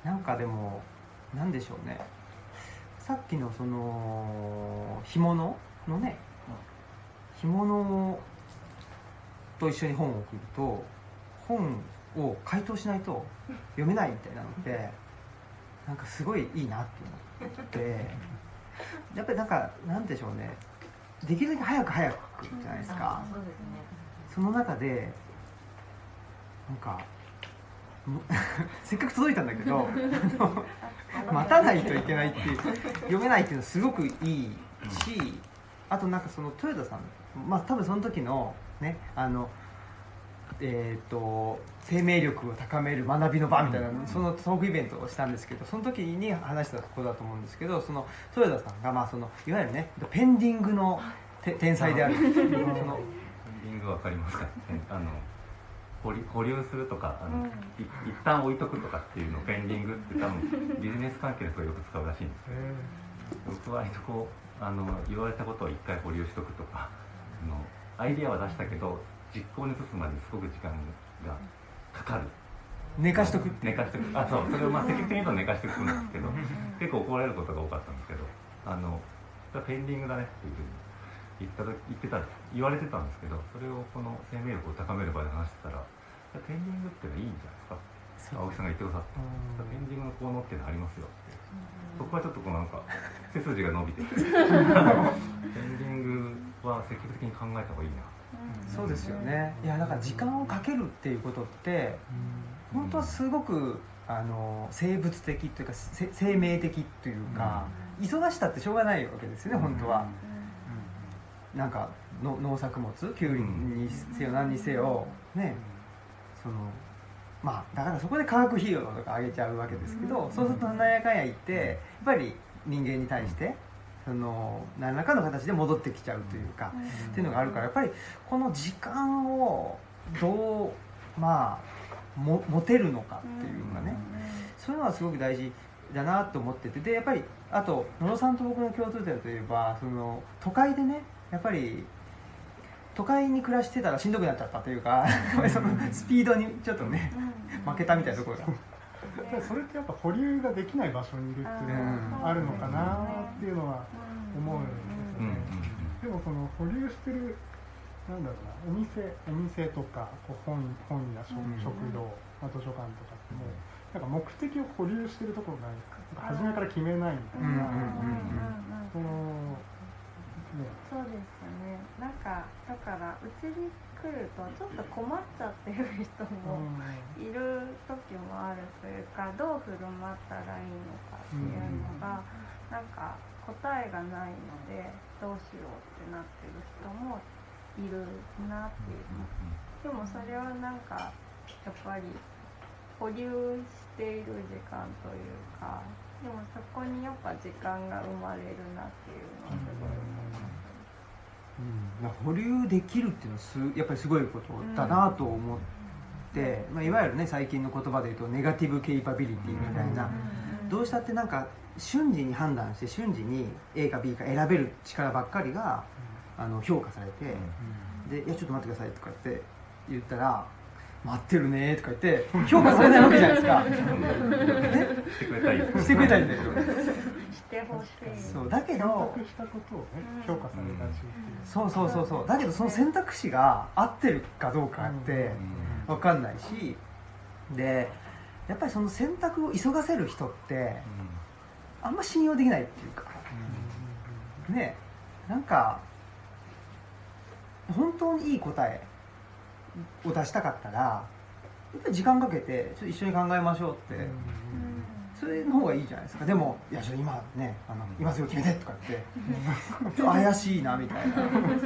なんかでもなんでしょうね、さっきのその干物のね、干物と一緒に本を送ると本を回答しないと読めないみたいなのってなんかすごいいいなって思ってやっぱりなんかなんでしょうね、できるだけ早く早くじゃないですか。 そうですね。 その中でなんかせっかく届いたんだけど待たないといけないっていう読めないっていうのはすごくいいし、あとなんかその豊田さん、まあ多分その時のねあのえー、と生命力を高める学びの場みたいな、うん、そのトークイベントをしたんですけど、その時に話したところだと思うんですけど、その豊田さんが、まあ、そのいわゆるねペンディングの天才であるそのペンディング分かりますか、ね、あの保留、保留するとかあの、うん、一旦置いとくとかっていうのをペンディングって多分ビジネス関係の人がよく使うらしいんですけど、僕は割とこうあの言われたことを一回保留しとくとか、あのアイディアは出したけど実行に移すまですごく時間がかかる、 寝かしとく寝かしとくあそうそれをまあ積極的に言うと寝かしとくんですけど結構怒られることが多かったんですけど、あのペンディングだねっていうふうに言った言ってた言われてたんですけど、それをこの生命力を高める場で話してたらペンディングってのはいいんじゃないですか、青木さんが言ってくださったペンディングの効能っていうのありますよって、そこはちょっとこうなんか背筋が伸びてペンディングは積極的に考えた方がいいな。 そうですよね。いやだから時間をかけるっていうことって本当はすごくあの生物的というか生命的というか、忙しさってしょうがないわけですよね本当は。なんかの農作物キュウリにせよ何にせよね、そのまあだからそこで化学肥料とかあげちゃうわけですけど、そうするとなんやかんや言ってやっぱり人間に対してその何らかの形で戻ってきちゃうというか、うん、っていうのがあるから、やっぱりこの時間をどうまあも持てるのかっていうのがね、うん、そういうのはすごく大事だなと思ってて、でやっぱりあと野呂さんと僕の共通点といえばその都会でねやっぱり都会に暮らしてたらしんどくなっちゃったというかそのスピードにちょっとね負けたみたいなところが。 それってやっぱ保留ができない場所にいるっていうのがあるのかなっていうのは思うんですよね。でもその保留してるなんだろうな、お店お店とかこう 本, 本屋 食, 食堂、まあ、図書館とかってもうなんか目的を保留してるところがないですか。初めから決めないみたいな。そのね、そうですね。なんかだからうちに来るとちょっと困っちゃってる人もいる時もあるというか、どう振る舞ったらいいのかっていうのがなんか答えがないのでどうしようってなってる人もいるなっていう。でもそれはなんかやっぱり保留している時間というか、でもそこにやっぱ時間が生まれるなっていうのはすごい思います。 うん、保留できるっていうのはすやっぱりすごいことだなと思って、うんまあ、いわゆるね最近の言葉で言うとネガティブケイパビリティみたいな、うん、どうしたってなんか瞬時に判断して瞬時に A か B か選べる力ばっかりが、うん、あの評価されて、うん、でいやちょっと待ってくださいとかって言ったら待ってるねとか言って評価されないわけじゃないですかしてくれたいしてくれたいんだけどしてほしい。 そうだけど選択したことをね評価されたしっていう、 そうそうそうそうだけどその選択肢が合ってるかどうかって分かんないし、でやっぱりその選択を急がせる人ってあんま信用できないっていうかね、なんか本当にいい答えを出したかったらやっぱり時間かけてちょっと一緒に考えましょうって、うん、それの方がいいじゃないですか。でもいやちょっと今ねあの今すぐ決めてとかってちょっと怪しいなみたいなだ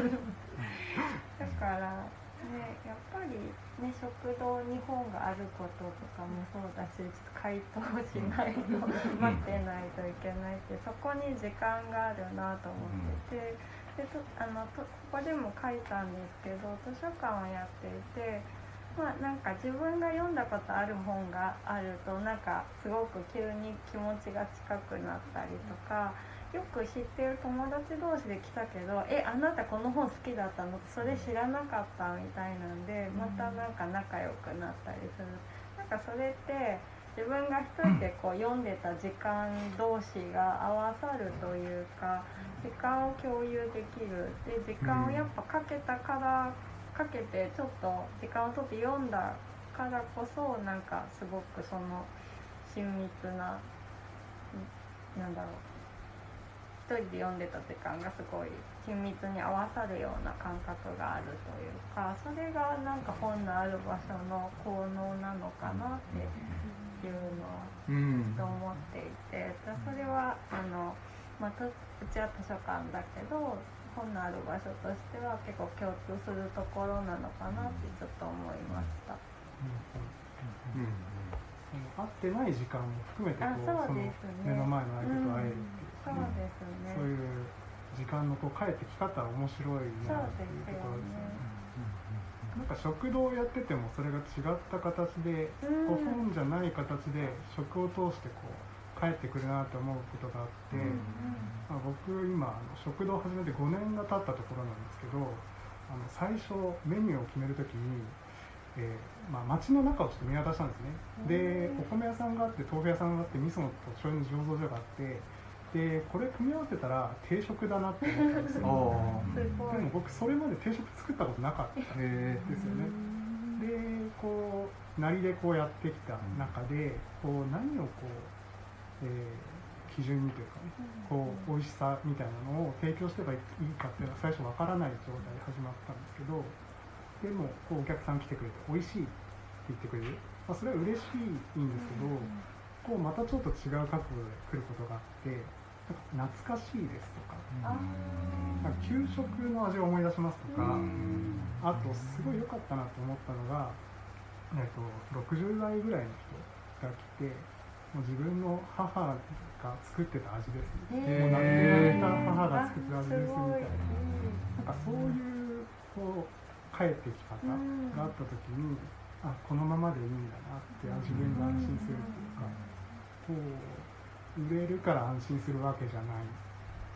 からねやっぱりね食堂に本があることとかもそうだし、ちょっと回答しないと待ってないといけないってそこに時間があるなと思ってて、でとあのとここでも書いたんですけど図書館をやっていて、まあなんか自分が読んだことある本があるとなんかすごく急に気持ちが近くなったりとか、よく知ってる友達同士で来たけどえあなたこの本好きだったのそれ知らなかったみたいなんでまたなんか仲良くなったりする。なんかそれって自分が一人でこう読んでた時間同士が合わさるというか時間を共有できる。で時間をやっぱかけたからかけてちょっと時間をとって読んだからこそなんかすごくその親密ななんだろう一人で読んでた時間がすごい親密に合わさるような感覚があるというか、それがなんか本のある場所の効能なのかなっていうのはちょっと思っていて、それはあの、まあ、うちは図書館だけど本のある場所としては結構共通するところなのかなってちょっと思いました。 うんうんうん会ってない時間も含めてこう、その目の前の相手と会えるっていう、 そうですね。 そういう時間のこう帰ってき方は面白いなっていうところですよね。なんか食堂をやっててもそれが違った形で、こう本じゃない形で食を通してこう帰ってくるなって思うことがあって、まあ、僕今食堂を始めてごねんが経ったところなんですけど、あの最初メニューを決めるときにえーまあ、街の中をちょっと見渡したんですね。でお米屋さんがあって豆腐屋さんがあって味噌と醤油の醸造所があって、でこれ組み合わせたら定食だなって思ったんですよ。でも僕それまで定食作ったことなかったんですよね。でこうなりでこうやってきた中でこう何をこう、えー、基準にというかね、こう美味しさみたいなのを提供すればいいかっていうのは最初わからない状態で始まったんですけど、でもこうお客さん来てくれて美味しいって言ってくれる、まあ、それは嬉しいんですけど、こうまたちょっと違う角度で来ることがあって、なんか懐かしいですとか、なんか給食の味を思い出しますとか、あとすごい良かったなと思ったのが、えっと、ろくじゅう代ぐらいの人が来て、もう自分の母が作ってた味ですね、もう亡くなった母が作ってた味ですみたいな、なんかそういうこう帰ってき方があった時に、あこのままでいいんだなって自分が安心するっていうか、こう売れるから安心するわけじゃない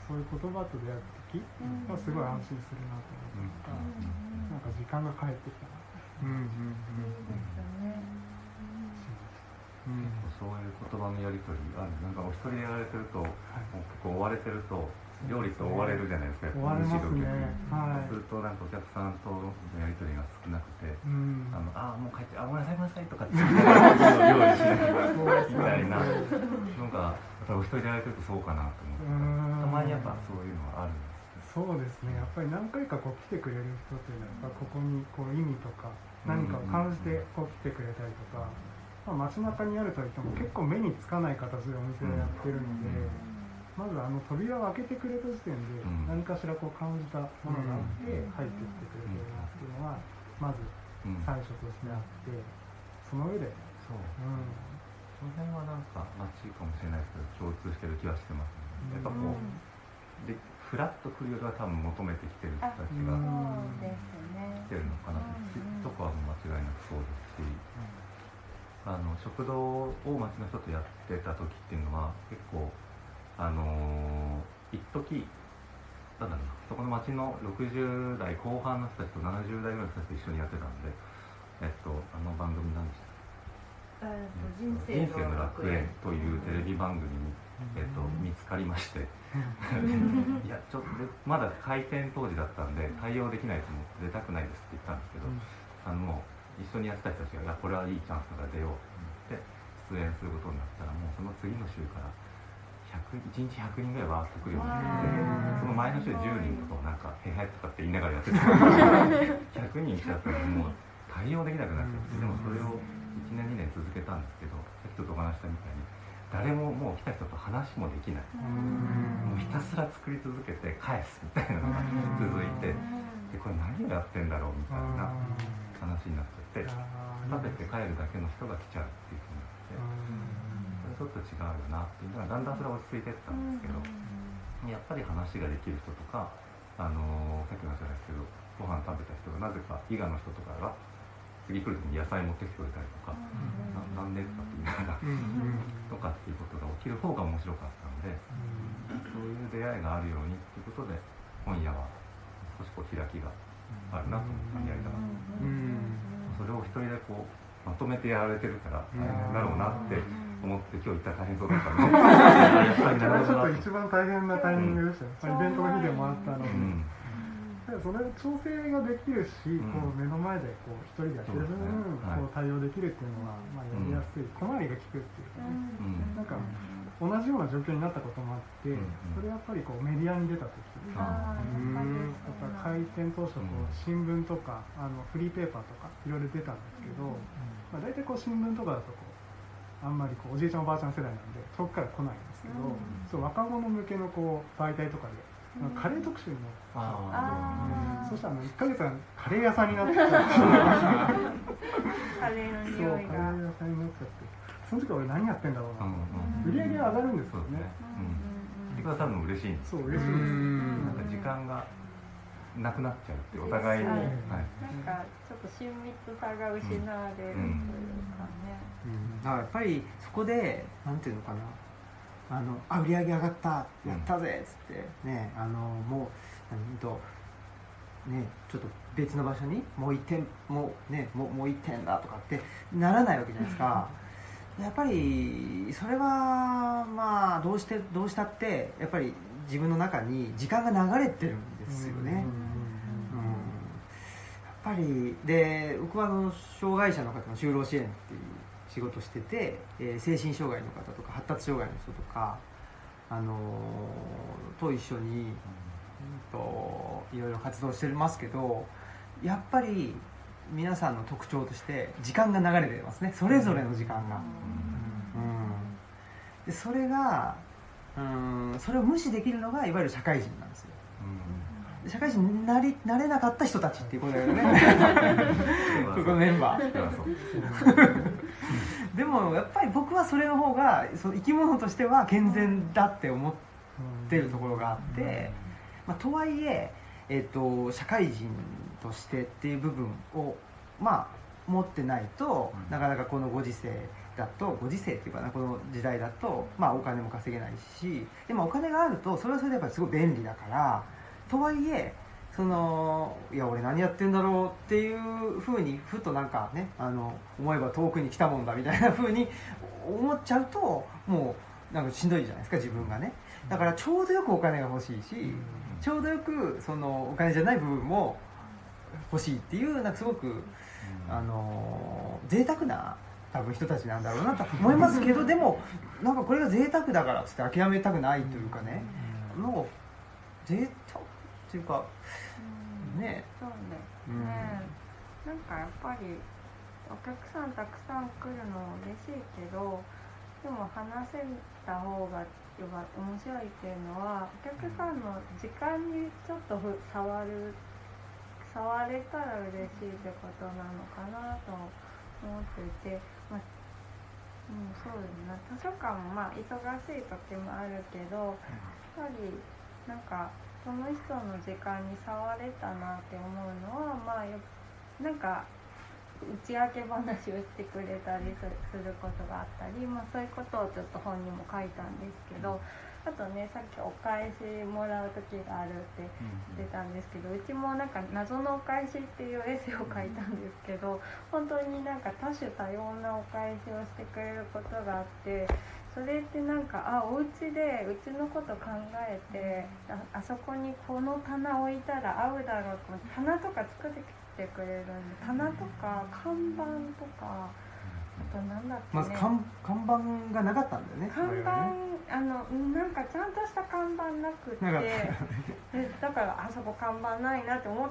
そういう言葉と出会った時はすごい安心するなと思ったりとか、なんか時間が返ってきたなと思うん、そういう言葉のやり取りある。なんかお一人でやられてると、はい、もう結構追われてると料理と追われるじゃないですか。 追われますね。 はい。そうするとなんかお客さんとのやり取りが少なくて、うん、あのあもう帰ってあごめんなさいごめんなさいとかって料理しながらみたいなのがお一人でやられてるとそうかなと思って、たまにやっぱそういうのはあるんです。 そうですね。やっぱり何回かこう来てくれる人っていうのはやっぱここにこう意味とか何かを感じてこう来てくれたりとか。まあ、街中にあるといっても結構目につかない形でお店をやってるので、まずあの扉を開けてくれた時点で何かしらこう感じたものがあって入ってきてくれてるなっていうのはまず最初としてあって、その上でそう、うん、その辺はなんか街かもしれないですけど共通してる気はしてますね。やっぱこうでフラッと来るよりは多分求めてきてる人たちが来てるのかなとこは間違いなくそうですし。あの食堂を町の人とやってた時っていうのは結構あのー、一時なんだろうな、そこの町のろくじゅう代後半の人たちとななじゅう代ぐらいの人たちと一緒にやってたんで、えっとあの番組なんでしたっけ、人生の楽園というテレビ番組に、えっと、見つかりましていやちょっとまだ開店当時だったんで対応できないと思って出たくないですって言ったんですけど、あのもう一緒にやってた人たちがいやこれはいいチャンスだから出ようと思って出演することになったら、もうその次の週からいちにちひゃくにんぐらいワーッと来るようになって、その前の週じゅうにんとかをなんか「へへ」とかって言いながらやってたひゃくにん来ちゃったのでもう対応できなくなっちゃって、でもそれをいちねんにねん続けたんですけど、さっきちょっとお話したみたいに誰ももう来た人と話もできない、もうひたすら作り続けて返すみたいなのが続いて、でこれ何をやってんだろうみたいな話になっちゃって、食べて帰るだけの人が来ちゃうっていうふうになって、それちょっと違うよなっていうのがだんだんそれは落ち着いていったんですけど、やっぱり話ができる人とか、あのー、さっきの話じゃないですけどご飯食べた人がなぜか伊賀の人とかが次来る時に野菜持ってきてくれたりとか、な, なんでとかって言いながらとかっていうことが起きる方が面白かったので、そういう出会いがあるようにっていうことで今夜は少しこう開きがあるなと思ってやりたかった。それを一人でこうまとめてやられてるから大変だろうなって思って今日行ったら大変そうだったのでやっぱりなるほどなと。 ちょっと一番大変なタイミングでしたね、うん、イベントの日でもあったので、うん、それ調整ができるし、うん、こう目の前でこう一人でやってる分、ね、はい、こう対応できるっていうのは、まあ、やりやすい、小回りが利くっていうかね、うん、なんか同じような状況になったこともあって、うん、それやっぱりこうメディアに出た時、うん、やっぱ開店当初こう新聞とかあのフリーペーパーとかいろいろ出たんですけど、うん、まあ、大体こう新聞とかだとこうあんまりこうおじいちゃんおばあちゃん世代なんで遠くから来ないんですけど、うん、そう若者向けのこう媒体とかでカレー特集になって、そしたらいっかげつはカレー屋さんになってカレーの匂いがカレー屋さんになっちゃって、その時は俺何やってんだろうな、売り上げは上がるんですけどね、 来てくださるの嬉しいんです。 そう嬉しいです。 なんか時間がなくなっちゃうってお互いに、はい、なんかちょっと親密さが失われるというかね、 うんうん、やっぱりそこでなんていうのかな、あのあ売り上げ上がったやったぜっつってね、あのもう何とねちょっと別の場所にもう一点もうねもうもう一点だとかってならないわけじゃないですか。やっぱりそれはまあどうしてどうしたってやっぱり自分の中に時間が流れてるんですよね。うん、やっぱりで僕はあの障害者の方の就労支援っていう仕事してて、えー、精神障害の方とか発達障害の人とか、あのー、と一緒に、うん、といろいろ活動してますけど、やっぱり皆さんの特徴として時間が流れてますね、それぞれの時間が、うんうん、でそれがうんそれを無視できるのがいわゆる社会人なんですよ、うん、社会人になりなれなかった人たちっていうことだよねここのメンバーでもやっぱり僕はそれの方がその生き物としては健全だって思ってるところがあって、まあ、とはいええー、と社会人としてっていう部分を、まあ、持ってないと、うん、なかなかこのご時世だとご時世っていうかな、この時代だと、まあ、お金も稼げないし、でもお金があるとそれはそれでやっぱりすごい便利だから、とはいえそのいや俺何やってんだろうっていうふうにふとなんかね、あの思えば遠くに来たもんだみたいなふうに思っちゃうと、もうなんかしんどいじゃないですか、自分がね。だからちょうどよくお金が欲しいし、ちょうどよくそのお金じゃない部分も欲しいっていう、なんかすごくあの贅沢な多分人たちなんだろうなと思いますけど、でもなんかこれが贅沢だからっつって諦めたくないというかね、もう贅沢っていうかね。 そうですね、うん、なんかやっぱりお客さんたくさん来るのも嬉しいけど、でも話せた方が面白いっていうのは、お客さんの時間にちょっとふ触る触れたら嬉しいってことなのかなと思っていて、まあうん、そうですね、図書館もまあ忙しい時もあるけど、やっぱりなんかその人の時間に触れたなって思うのは、まあなんか打ち明け話をしてくれたりすることがあったり、まあ、そういうことをちょっと本にも書いたんですけど、あとね、さっきお返しもらう時があるって言ってたんですけど、うちもなんか謎のお返しっていうエッセイを書いたんですけど、本当になんか多種多様なお返しをしてくれることがあって、それってなんか、あ、お家でうちのこと考えて あ, あそこにこの棚置いたら合うだろうと、棚とか作ってきてくれるんで、棚とか看板とか、あとなんだっけね、 まず看板がなかったんだよね。 看板、あのなんかちゃんとした看板なくってで、だからあそこ看板ないなって思って、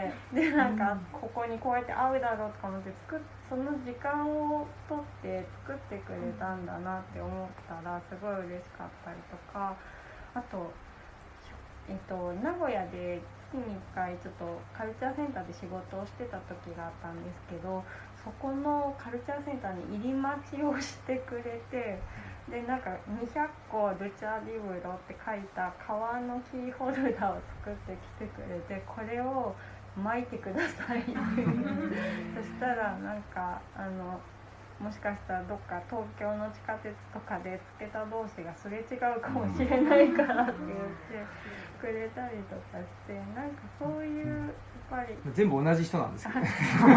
でなんかここにこうやって合うだろうとか思って作っその時間を取って作ってくれたんだなって思ったらすごい嬉しかったりとか、あと、えっと、名古屋で月にいっかいちょっとカルチャーセンターで仕事をしてた時があったんですけど、そこのカルチャーセンターに入り待ちをしてくれて、でなんかにひゃっこルチャリブロって書いた革のキーホルダーを作ってきてくれて、これを巻いてくださいってそしたらなんかあのもしかしたらどっか東京の地下鉄とかでつけた同士がすれ違うかもしれないからって言ってくれたりとかして、なんかそういうやっぱり全部同じ人なんですよね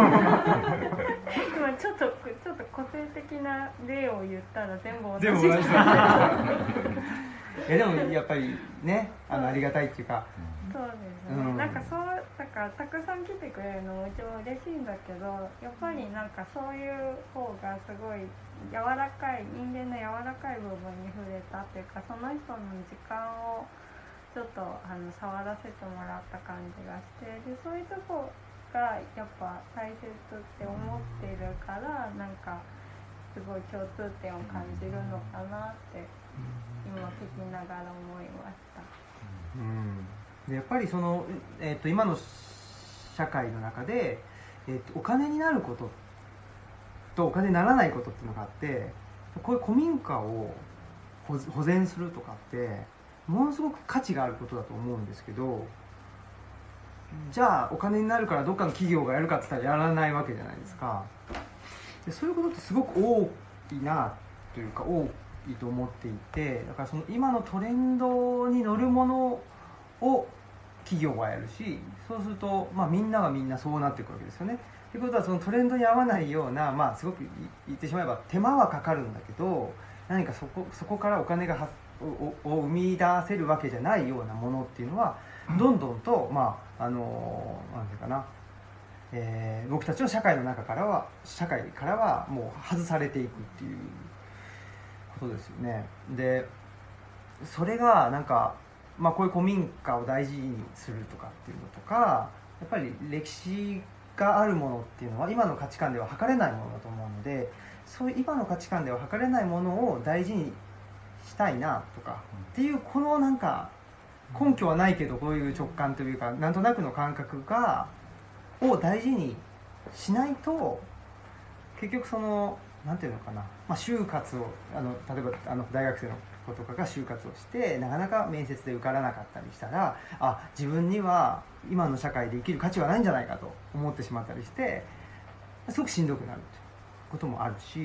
今ちょっとちょっと個性的な例を言ったら全部同じ全部同じ人いやでもやっぱりね、あのありがたいっていうか、 そうですね、うん、なんかそうだからたくさん来てくれるのもうちも嬉しいんだけど、やっぱりなんかそういう方がすごい柔らかい、人間の柔らかい部分に触れたっていうか、その人の時間をちょっとあの触らせてもらった感じがして、でそういうとこがやっぱ大切って思ってるから、なんかすごい共通点を感じるのかなって今聞きながら思いました。 うんでやっぱりその、えー、と今の社会の中で、えー、とお金になることとお金にならないことっていうのがあって、こういう古民家を保全するとかってものすごく価値があることだと思うんですけど、じゃあお金になるからどっかの企業がやるかって言ったらやらないわけじゃないですか。でそういうことってすごく多いなというか多いと思っていて、だからその今のトレンドに乗るものを企業がやるし、そうすると、まあ、みんながみんなそうなっていくわけですよね。ということはそのトレンドに合わないような、まあ、すごく言ってしまえば手間はかかるんだけど、何かそこ、そこからお金がはをを生み出せるわけじゃないようなものっていうのはどんどんと、まあ、あのなんていうかな、えー、僕たちの社会の中からは社会からはもう外されていくっていうことですよね。でそれがなんか、まあ、こういう古民家を大事にするとかっていうのとか、やっぱり歴史があるものっていうのは今の価値観では測れないものだと思うので、そういう今の価値観では測れないものを大事にしたいなとかっていう、このなんか根拠はないけどこういう直感というかなんとなくの感覚がを大事にしないと、結局そのなんていうのかな、まあ、就活をあの例えばあの大学生の子とかが就活をしてなかなか面接で受からなかったりしたら、あ、自分には今の社会で生きる価値はないんじゃないかと思ってしまったりして、すごくしんどくなるということもあるし、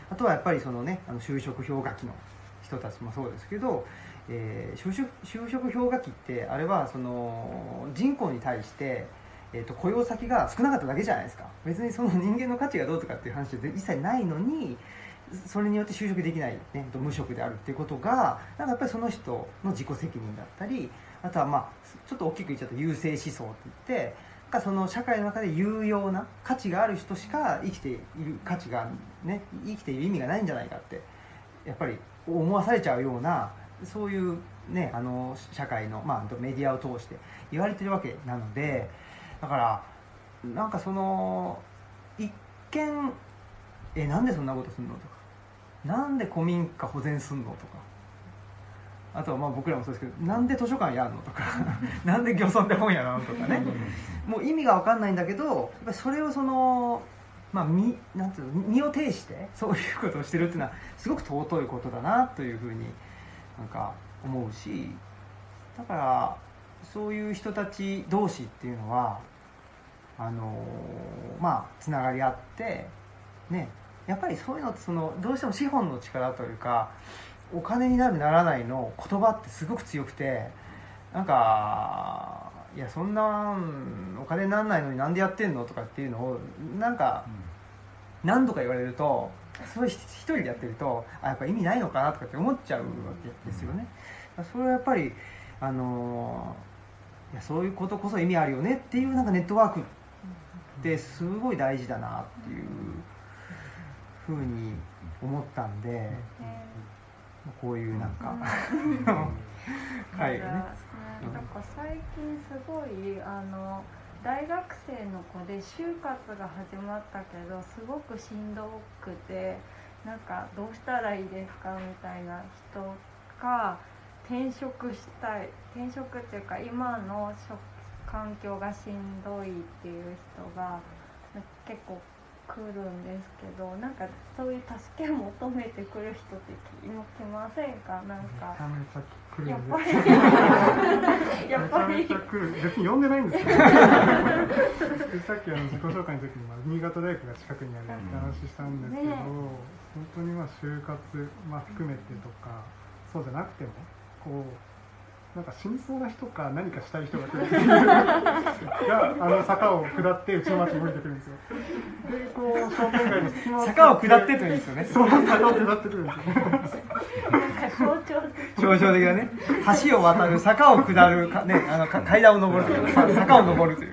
あとはやっぱりそのねあの就職氷河期の人たちもそうですけど、えー、就職就職氷河期ってあれはその人口に対して、えー、と雇用先が少なかっただけじゃないですか。別にその人間の価値がどうとかっていう話で一切ないのに、それによって就職できない、ね、無職であるっていうことがなんかやっぱりその人の自己責任だったり、あとはまあちょっと大きく言っちゃうと優生思想って言って、なんかその社会の中で有用な価値がある人しか生きている価値がね生きている意味がないんじゃないかってやっぱり思わされちゃうような、そういうねあの社会の、まあ、メディアを通して言われてるわけなので、だからなんかその一見えなんでそんなことすんのとか、なんで古民家保全すんのとか、あとはまあ僕らもそうですけど、なんで図書館やんのとかなんで漁村で本屋なのとかねもう意味が分かんないんだけど、やっぱりそれをそのまあ身なんていうの身を挺してそういうことをしてるっていうのはすごく尊いことだなというふうになんか思うし、だからそういう人たち同士っていうのはあのまあつながり合ってね、やっぱりそういうのってそのどうしても資本の力というかお金になるならないの言葉ってすごく強くて、なんかいやそんなお金にならないのになんでやってんのとかっていうのをなんか何度か言われると、それ一人でやってるとあやっぱ意味ないのかなとかって思っちゃうわけですよね。それはやっぱりあのいやそういうことこそ意味あるよねっていうなんかネットワークってすごい大事だなっていうふうに思ったんで、こういうなんか会がね、 なんか最近すごいあの大学生の子で就活が始まったけどすごくしんどくて、なんかどうしたらいいですかみたいな人が転職したい、転職っていうか今の環境がしんどいっていう人が結構来るんですけど、なんかそういう助けを求めてくる人って来ませんか？なんかめちゃめちゃ来るやっんぱりやっぱりめちゃめちゃ来る。別に呼んでないんですけどさっきあの自己紹介の時に新潟大学が近くにあるって話したんですけど、ね、本当にまあ就活、まあ、含めてとかそうじゃなくてもこうなんか死にそうな人か何かしたい人が来るっていうがあの坂を下ってうちの町に降りてくるんですよ。でこう商店街の隙間を坂を下ってっていいですよね。 そう坂を下ってくるんですよ。 なんか象徴的象徴的なね、橋を渡る坂を下るか、ね、あの階段を登るという坂を登るという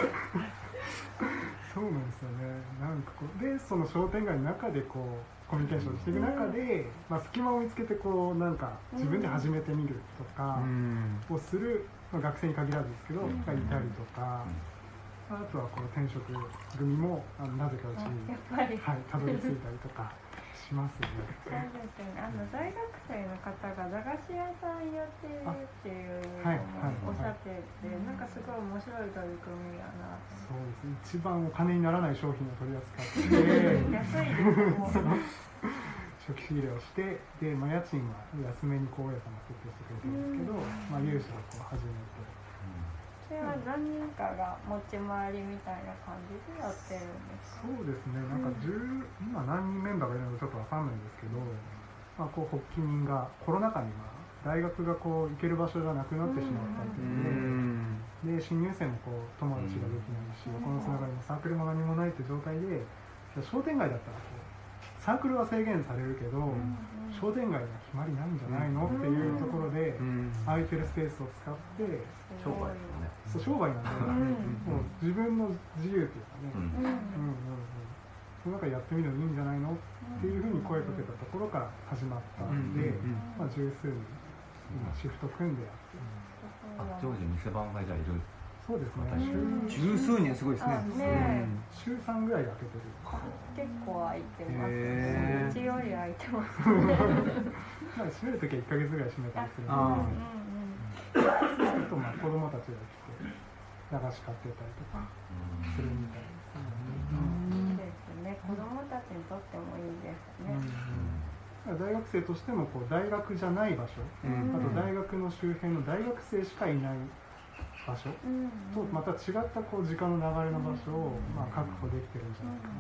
そうなんですよね。なんかこうでその商店街の中でこうコミュニケーションしていく中で、まあ、隙間を見つけてこうなんか自分で始めてみるとかをする、まあ、学生に限らずですけど、がいたりとか、あとはこの転職組もあのなぜかうちに、はい、たどり着いたりとかしますよね。 そうですね。あの大学生の方が駄菓子屋さんやってるっていうのもおっしゃってて、なんかすごい面白い取り組みやなと。 そうですね。一番お金にならない商品を取り扱って安いですもん。 初期仕入れをしてで、まあ、家賃は安めに大家さんが設定してくれてるんですけど、まあ、融資をこう始めて。 それは何人かが持ち回りみたいな感じでやってるんですか？ そうですね。なんかじゅう今何人メンバーがいるのかちょっとわかんないんですけど、まあ、こう発起人がコロナ禍には大学がこう行ける場所がなくなってしまったっていうので、で新入生もこう友達ができないし、横のつながりもサークルも何もないって状態で、商店街だったらこうサークルは制限されるけど、商店街には決まりないんじゃないのっていうところで、空いてるスペースを使って商売ですよね。 そう商売なんで、もう自分の自由っていうかね、うんうんうんうん、その中でやってみるのいいんじゃないのっていうふうに声かけたところから始まったんで、まあ、十数人今シフト組んでやってる。 あ、常時店番がじゃあいる。 そうですね。 十数人すごいですね。 週三ぐらいで開けてる。 結構空いてますね。うちより空いてます。 まあ閉めるときはいっかげつぐらい閉めたりするんですけど、そうするとまあ子供たちが来て駄菓子買ってたりとかするみたいですね。 いいですね。子供たちにとってもいいですね。 大学生としてもこう大学じゃない場所、あと大学の周辺の大学生しかいない場所とまた違ったこう時間の流れの場所をまあ確保できてるんじゃないかなっていう。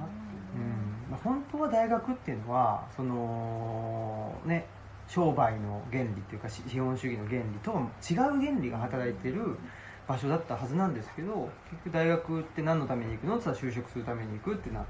まあ、本当は大学っていうのはそのね商売の原理っていうか資本主義の原理とは違う原理が働いてる場所だったはずなんですけど、結局大学って何のために行くのって言ったら就職するために行くってなって、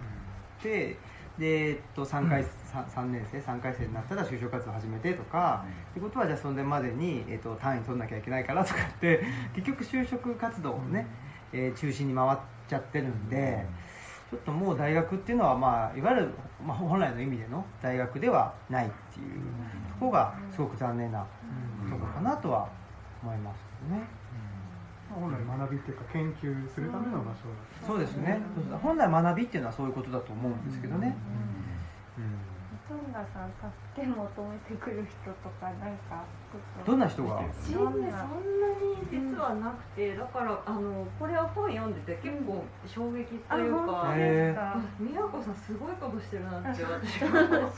で、えっと、さんかい、さんねん生さんかい生になったら就職活動始めてとか、ってことはじゃあそれまでに、えっと、単位取んなきゃいけないからとかって結局就職活動をね、えー、中心に回っちゃってるんで、ちょっともう大学っていうのは、まあ、いわゆる、まあ、本来の意味での大学ではないっていうところがすごく残念なところかなとは思いますけどね。 本来学びっていうか研究するための場所だ、 そうですね。本来学びっていうのはそういうことだと思うんですけどね。 トンガさん助け求めてくる人とかなんかどんな人が？ そんなに実はなくて、だからあのこれは本読んでて結構衝撃というか、美和子さんすごいことしてるなって私は思って、なん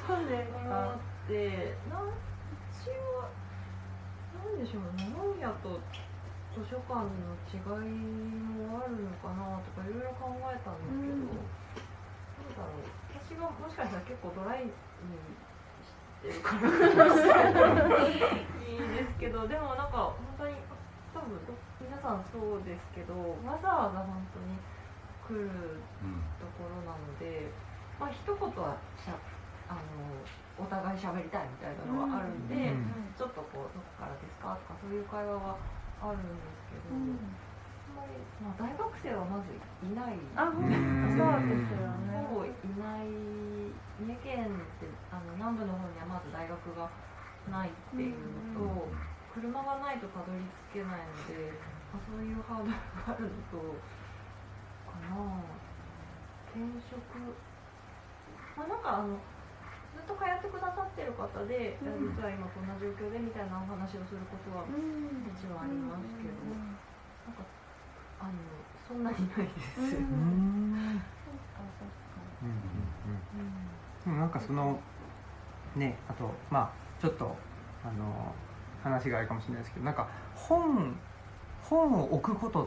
私はなんでしょうね、本屋と図書館の違いもあるのかなとかいろいろ考えたんですけど、なんだろう、私がもしかしたら結構ドライにしてるからいいですけど、でもなんか本当に多分皆さんそうですけど、わざわざ本当に来るところなので、まあ一言はしゃあのお互い喋りたいみたいなのはあるんで、うん、ちょっとこうどこからですかとかそういう会話はあるんですけど、うん、あんまり、まあ、大学生はまずいない。 あ、そうですよね。 ほぼいない。三重県ってあの南部の方にはまず大学がないっていうのと、うん、車がないとたどり着けないので、まあ、そういうハードルがあるのとかな。転職、まあ、なんかあのずっと通ってくださってる方で、うん、実は今こんな状況でみたいなお話をすることはもちろんありますけど、うん、なんかあのそんなにないです。うん、 うん、なんかそのね、あとまあちょっとあの話があるかもしれないですけど、なんか本本を置くことって、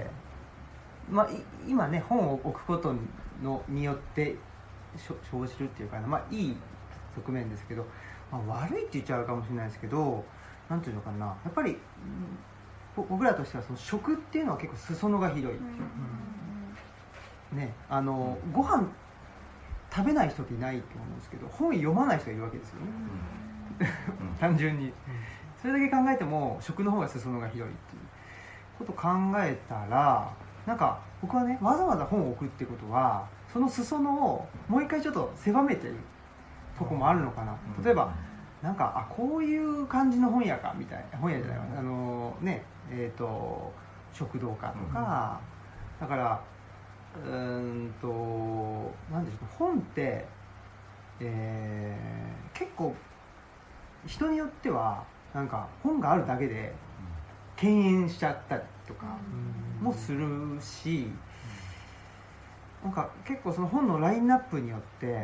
まあ今ね本を置くことのによって生じるっていうかな、まあいい側面ですけど、まあ、悪いって言っちゃうかもしれないですけど、なんていうのかな、やっぱり僕らとしてはその食っていうのは結構裾野が広い、うん、ね、あのご飯食べない人っていないと思うんですけど、本読まない人がいるわけですよね、うん、単純にそれだけ考えても食の方が裾野が広いっていうことを考えたら、なんか僕はね、わざわざ本を置くってことはその裾野をもう一回ちょっと狭めてるとこもあるのかな。例えばなんかあこういう感じの本屋かみたいな、本屋じゃないわ、あのねえっ、ー、と食堂かとか、だからうーんとなんでしょう、本って、えー、結構人によってはなんか本があるだけで敬遠しちゃったりとかもするし、なんか結構その本のラインナップによって、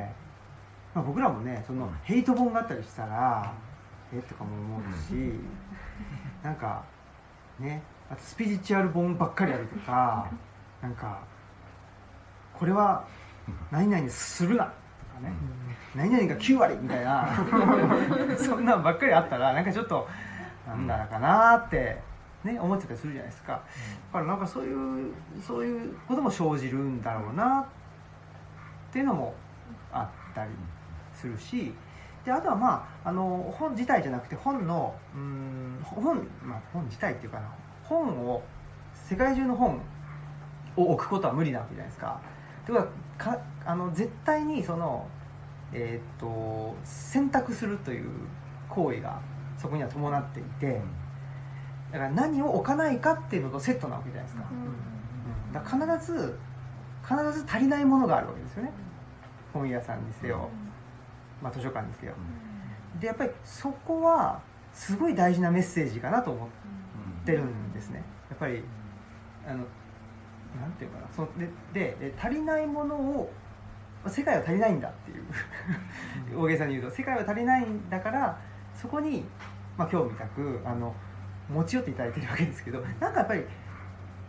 まあ、僕らもねそのヘイト本があったりしたらえとかも思うし、なんかね、あとスピリチュアル本ばっかりあるとか、なんかこれは何々するなとかね、何々がきゅうわりみたいなそんなんばっかりあったらなんかちょっとなんだかなってね、思ってたりするじゃないですか。だからなんかそういうそういうことも生じるんだろうなっていうのもあったりするし、であとはまああの本自体じゃなくて本のうーん本、まあ、本自体っていうかな、本を世界中の本を置くことは無理なわけじゃないですか。というか、かあの絶対にそのえー、っと選択するという行為がそこには伴っていて。だから何を置かないかっていうのとセットなわけじゃないですか、うん、だから必ず必ず足りないものがあるわけですよね、本屋さんにせよ、まあ、図書館にせよ。でやっぱりそこはすごい大事なメッセージかなと思ってるんですね。やっぱりあのなんていうかな、そのででで足りないものを世界は足りないんだっていう大げさに言うと世界は足りないんだから、そこに、まあ、今日みたくあの持ち寄っていただいてるわけですけど、なんかやっぱり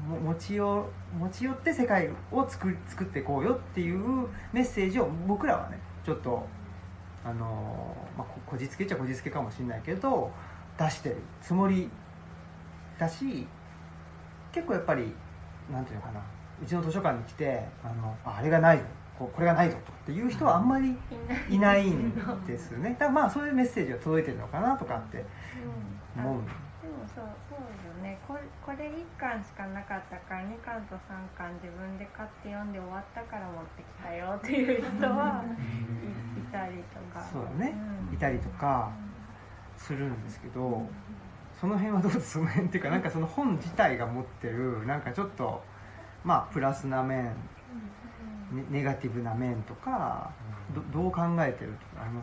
も持ちよ持ち寄って世界を作り作っていこうよっていうメッセージを僕らはねちょっとあの、まあ、こじつけっちゃこじつけかもしれないけど出してるつもりだし、結構やっぱりなんていうのかな、うちの図書館に来てあの あ, あれがないぞ こ, これがないぞとかっていう人はあんまりいないんですよね。だからまあそういうメッセージが届いてるのかなとかって思う。 でもそうそうよね、これ、これいっかんしかなかったからにかんとさんかん自分で買って読んで終わったから持ってきたよっていう人はい、いたりとか、 そうだね、 うん、 いたりとかするんですけど、その辺はどうです？その辺っていうか、なんかその本自体が持ってるなんかちょっとまあプラスな面、ネ, ネガティブな面とか ど, どう考えてるとかあります？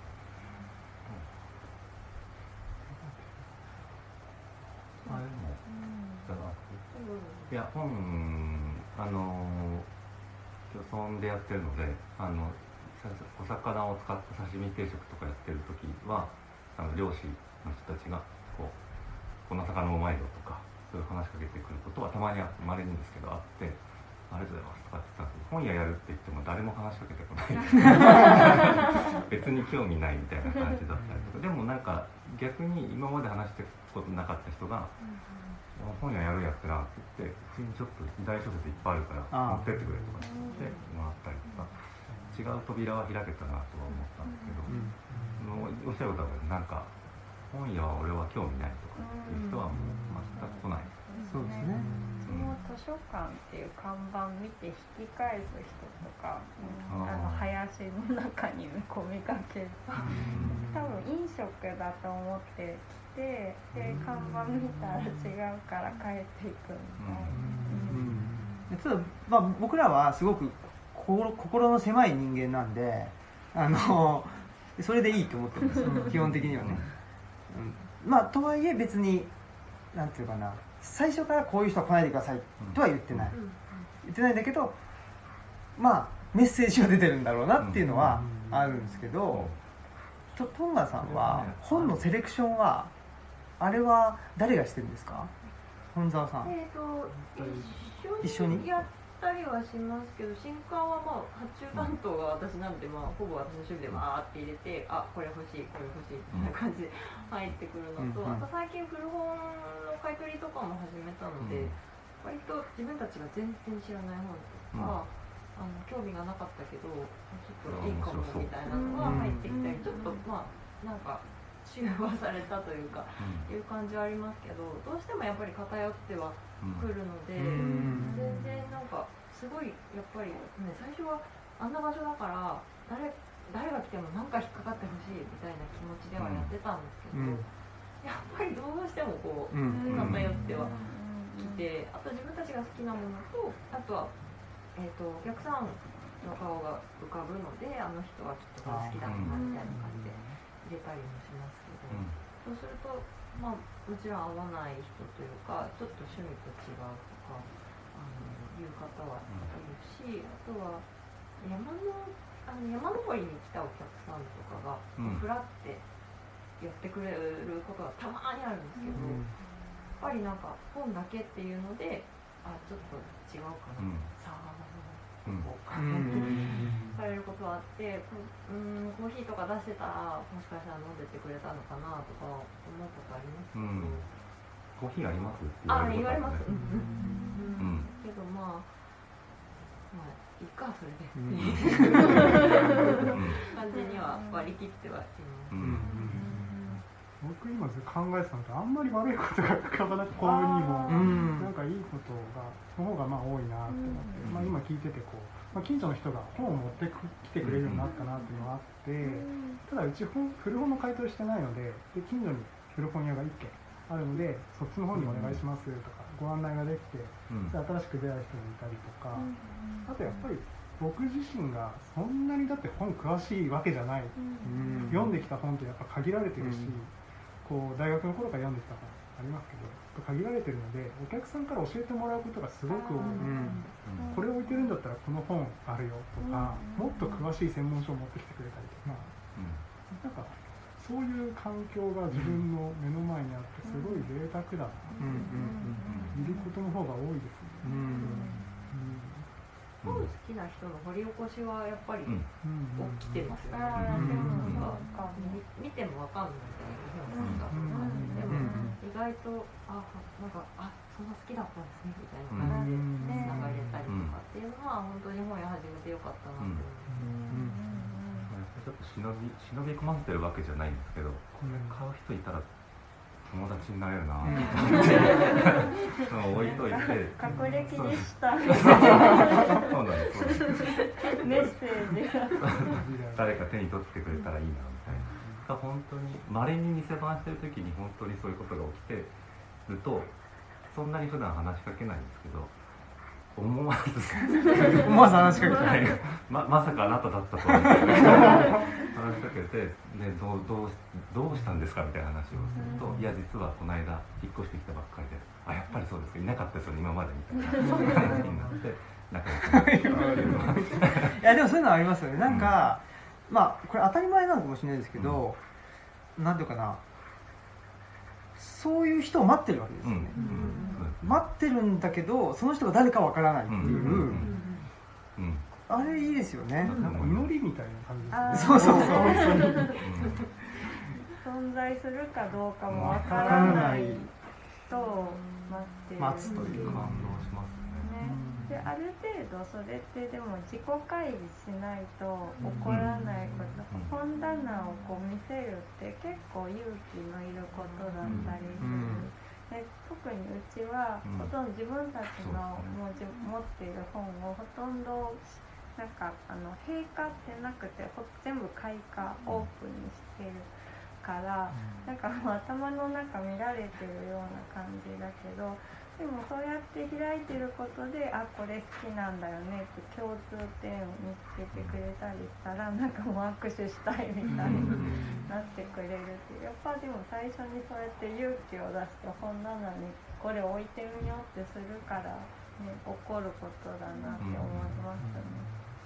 あれもいや本あの漁村でやってるので、あのお魚を使った刺身定食とかやってる時はあの漁師の人たちがこうこの魚うまいよとかそういう話しかけてくることはたまにまれにですけどあって、ありがとうございますとかって言ったんですけど、本屋やるって言っても誰も話しかけてこない別に興味ないみたいな感じだったりとか、でもなんか逆に今まで話してことなかった人が、うん、本屋やるやつらって言って普通にちょっと大小説いっぱいあるから持ってってくれとか言ってもらったりとか、違う扉は開けたなとは思ったんですけど、うん、おっしゃることはなんか本屋は俺は興味ないとかっていう人はもう全く来ない。 そうですね。 その図書館っていう看板見て引き返す人とか、うん、あの林の中に込みかけると、多分飲食だと思ってきて、で看板見たら違うから帰っていくみたいな。 うん、ちょっとまあ僕らはすごく心、心の狭い人間なんで、あのそれでいいと思ってるんですよ基本的にはね。うん、まあとはいえ別になんていうかな、最初からこういう人は来ないでくださいとは言ってない、言ってないんだけど、まあメッセージは出てるんだろうなっていうのはあるんですけど、とトンガさんは本のセレクションはあれは誰がしてるんですか？本沢さん。 えーと一緒にやったりはしますけど、新刊はまあ発注担当が私なんで、まあほぼ私の趣味でわーって入れて、あこれ欲しいこれ欲しいみたいな感じで入ってくるのと、あと最近古本の買い取りとかも始めたので、割と自分たちが全然知らない本とか、あの興味がなかったけどちょっといいかもみたいなのが入ってきたり、ちょっとまあなんか中和されたというか、いう感じはありますけど、どうしてもやっぱり偏ってはくるので、全然なんかすごいやっぱりね、最初はあんな場所だから誰誰が来てもなんか引っかかってほしいみたいな気持ちではやってたんですけど、やっぱりどうしてもこう偏ってはきて、あと自分たちが好きなものと、あとはえーとお客さんの顔が浮かぶので、あの人はきっとこれ好きだろうなみたいな感じで入れたりもしますけど、そうするとまあもちろん合わない人というか、ちょっと趣味と違うとかあのいう方はいるし、あとは山のあの山登りに来たお客さんとかがふらってやってくれることがたまにあるんですけど、やっぱりなんか本だけっていうので、あちょっと違うかな、うん、さあこうされることはあって、うんコーヒーとか出してたらもしかしたら飲んでてくれたのかなとか思うことありますけど、うん、 コーヒーありますって言われることあるね。あ言われます、うんうん、けどまあまあいいかそれでっていう感じには割り切ってはいます。うん僕今考えてたのって、あんまり悪いことが書かなくこうにもなんかいいことがその方がまあ多いなと思って、まあ、今聞いててこう、まあ、近所の人が本を持ってきてくれるようになったなっていうのがあって、ただうち本古本の買い取りしてないので、で近所に古本屋がいっけんあるので、そっちの方にお願いしますとかご案内ができて、新しく出会う人もいたりとか、あとやっぱり僕自身がそんなにだって本詳しいわけじゃない、読んできた本ってやっぱ限られてるし、こう大学の頃から読んできた本ありますけど限られてるので、お客さんから教えてもらうことがすごく多い、うん、これ置いてるんだったらこの本あるよとか、もっと詳しい専門書を持ってきてくれたりとか、うん、なんかそそういう環境が自分の目の前にあってすごい贅沢だな、いることの方が多いですね。 本好きな人の掘り起こしはやっぱり起きてますよね。見てもわかんないみたいな本でも意外とあなんかあそんな好きだったんですねみたいな感じでつながれたりとかっていうのは本当に本屋始めてよかったなって思います。 ちょっと忍び忍び込ませてるわけじゃないんですけど、これ買う人いたら友達になれるなぁ置いといて学歴でしたそうなんですメッセージが誰か手に取ってくれたらいいなみたいな、本当に稀に店番してる時に本当にそういうことが起きてるとそんなに普段話しかけないんですけど、思わず思わず話しかけたいま, まさかあなただったと思って話しかけて、ね、どうどうどうしたんですかみたいな話をすると、いや実はこの間引っ越してきたばっかりで、あやっぱりそうですか、いなかったですよね今までみたいな話になって仲良くなっていやでもそういうのはありますよね。なんか、うん、まあこれ当たり前なのかもしれないですけど、うん、なんていうかな、そういう人を待ってるわけですよね、うん、待ってるんだけどその人が誰かわからないっていう、うんうんうん、あれいいですよね。 なんか祈りみたいな感じですね。そうそうそう存在するかどうかもわからないと待ってる待つという感動しますね。 である程度それってでも自己開示しないと起こらないこと、うん、本棚をこう見せるって結構勇気のいることだったりする、うん、で特にうちはほとんど自分たちのもう持っている本をほとんどなんかあの閉花ってなくて全部開花オープンにしてるから、なんかもう頭の中見られてるような感じだけど、でもそうやって開いてることであこれ好きなんだよねって共通点を見つけてくれたりしたらなんかもう握手したいみたいになってくれるっていう、やっぱでも最初にそうやって勇気を出して本棚にこれ置いてみようってするから、ね、起こることだなって思いますね。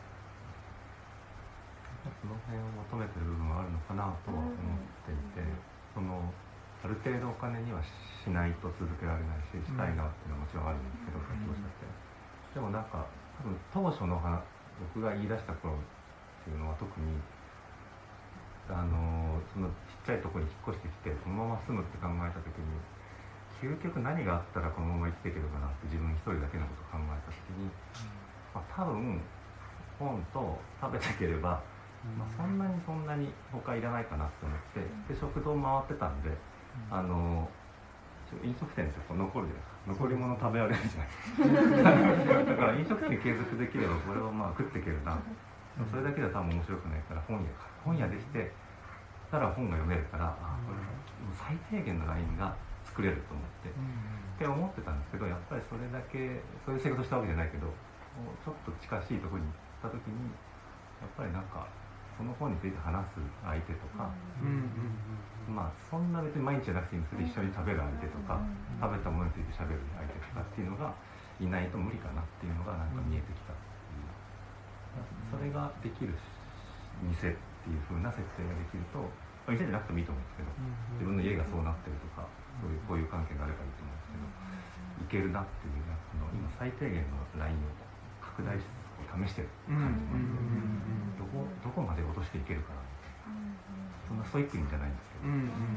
その辺を求めてる部分はあるのかなとは思っていて、そのある程度お金にはしないと続けられないし、したいなっていうのはもちろんあるんですけど、さっきおっしゃってでもなんか多分当初の話僕が言い出した頃っていうのは特にあのそのちっちゃいところに引っ越してきてこのまま住むって考えた時に究極何があったらこのまま生きていけるかなって自分一人だけのことを考えた時に、まあ、多分本と食べたければまあ、そんなにそんなに他いらないかなって思ってで食堂回ってたんで、あの飲食店ってこう残るじゃないですか、残り物食べられるじゃないですかだから飲食店継続できればこれをまあ食っていけるな、それだけでは多分面白くないから本屋か本屋でしてたら本が読めるからあこれもう最低限のラインが作れると思って、って思ってたんですけど、やっぱりそれだけそういう生活したわけじゃないけどちょっと近しいところに行った時にやっぱりなんかその本について話す相手とか、うんうんうん、まあそんな別に毎日じゃなくていいんですけど一緒に食べる相手とか、うんうん、食べたものについて喋る相手とかっていうのがいないと無理かなっていうのがなんか見えてきたっていう、それができる店っていう風な設定ができると、店じゃなくてもいいと思うんですけど、自分の家がそうなってるとかそういうこういう関係があればいいと思うんですけど、いけるなっていうやつの今最低限のラインを拡大して試してる感じなんで、どこどこまで落としていけるかな、そんなストイックにじゃないんですけど、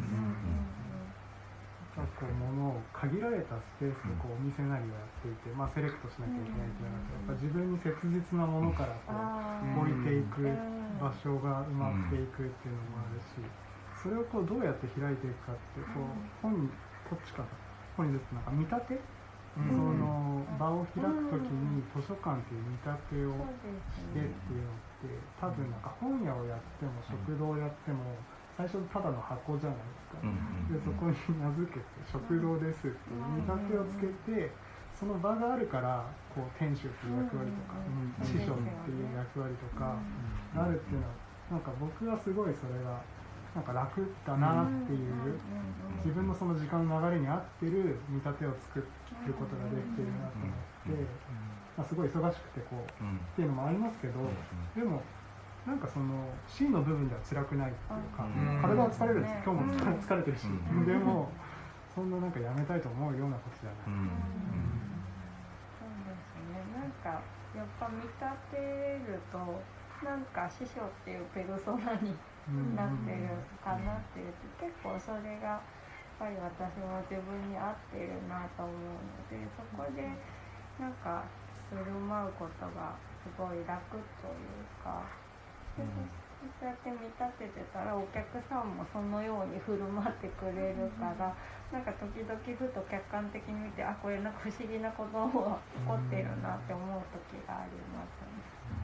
なんか物を限られたスペースでこうお店なりをやっていて、まあセレクトしなきゃいけないっていうのはやっぱ自分に切実なものからこう置いていく場所が埋まっていくっていうのもあるし、それをこうどうやって開いていくかってこう本にこっちから本に出てなんか見立て、その場を開くときに図書館っていう見立てをしてっていうのって多分なんか本屋をやっても食堂をやっても最初ただの箱じゃないですか、でそこに名付けて食堂ですっていう見立てをつけて、その場があるからこう店主っていう役割とか師匠っていう役割とかあるっていうのはなんか僕はすごいそれがなんか楽だなっていう、自分のその時間の流れに合ってる見立てを作ることができてるなと思って、まあ、すごい忙しくてこうっていうのもありますけど、でもなんかその C の部分では辛くないっていうか、 うん体は疲れるんです、今日も疲れてるし、 うんでもそんななんかやめたいと思うようなことじゃない、 うんそうですね。なんかやっぱ見立てるとなんか師匠っていうペルソナになってるかなっていう、結構それがやっぱり私も自分に合ってるなと思うので、そこでなんか振る舞うことがすごい楽というか、でそうやって見立ててたらお客さんもそのように振る舞ってくれるから、なんか時々ふと客観的に見て、あ、これなんか不思議なことが起こってるなって思う時がありますね。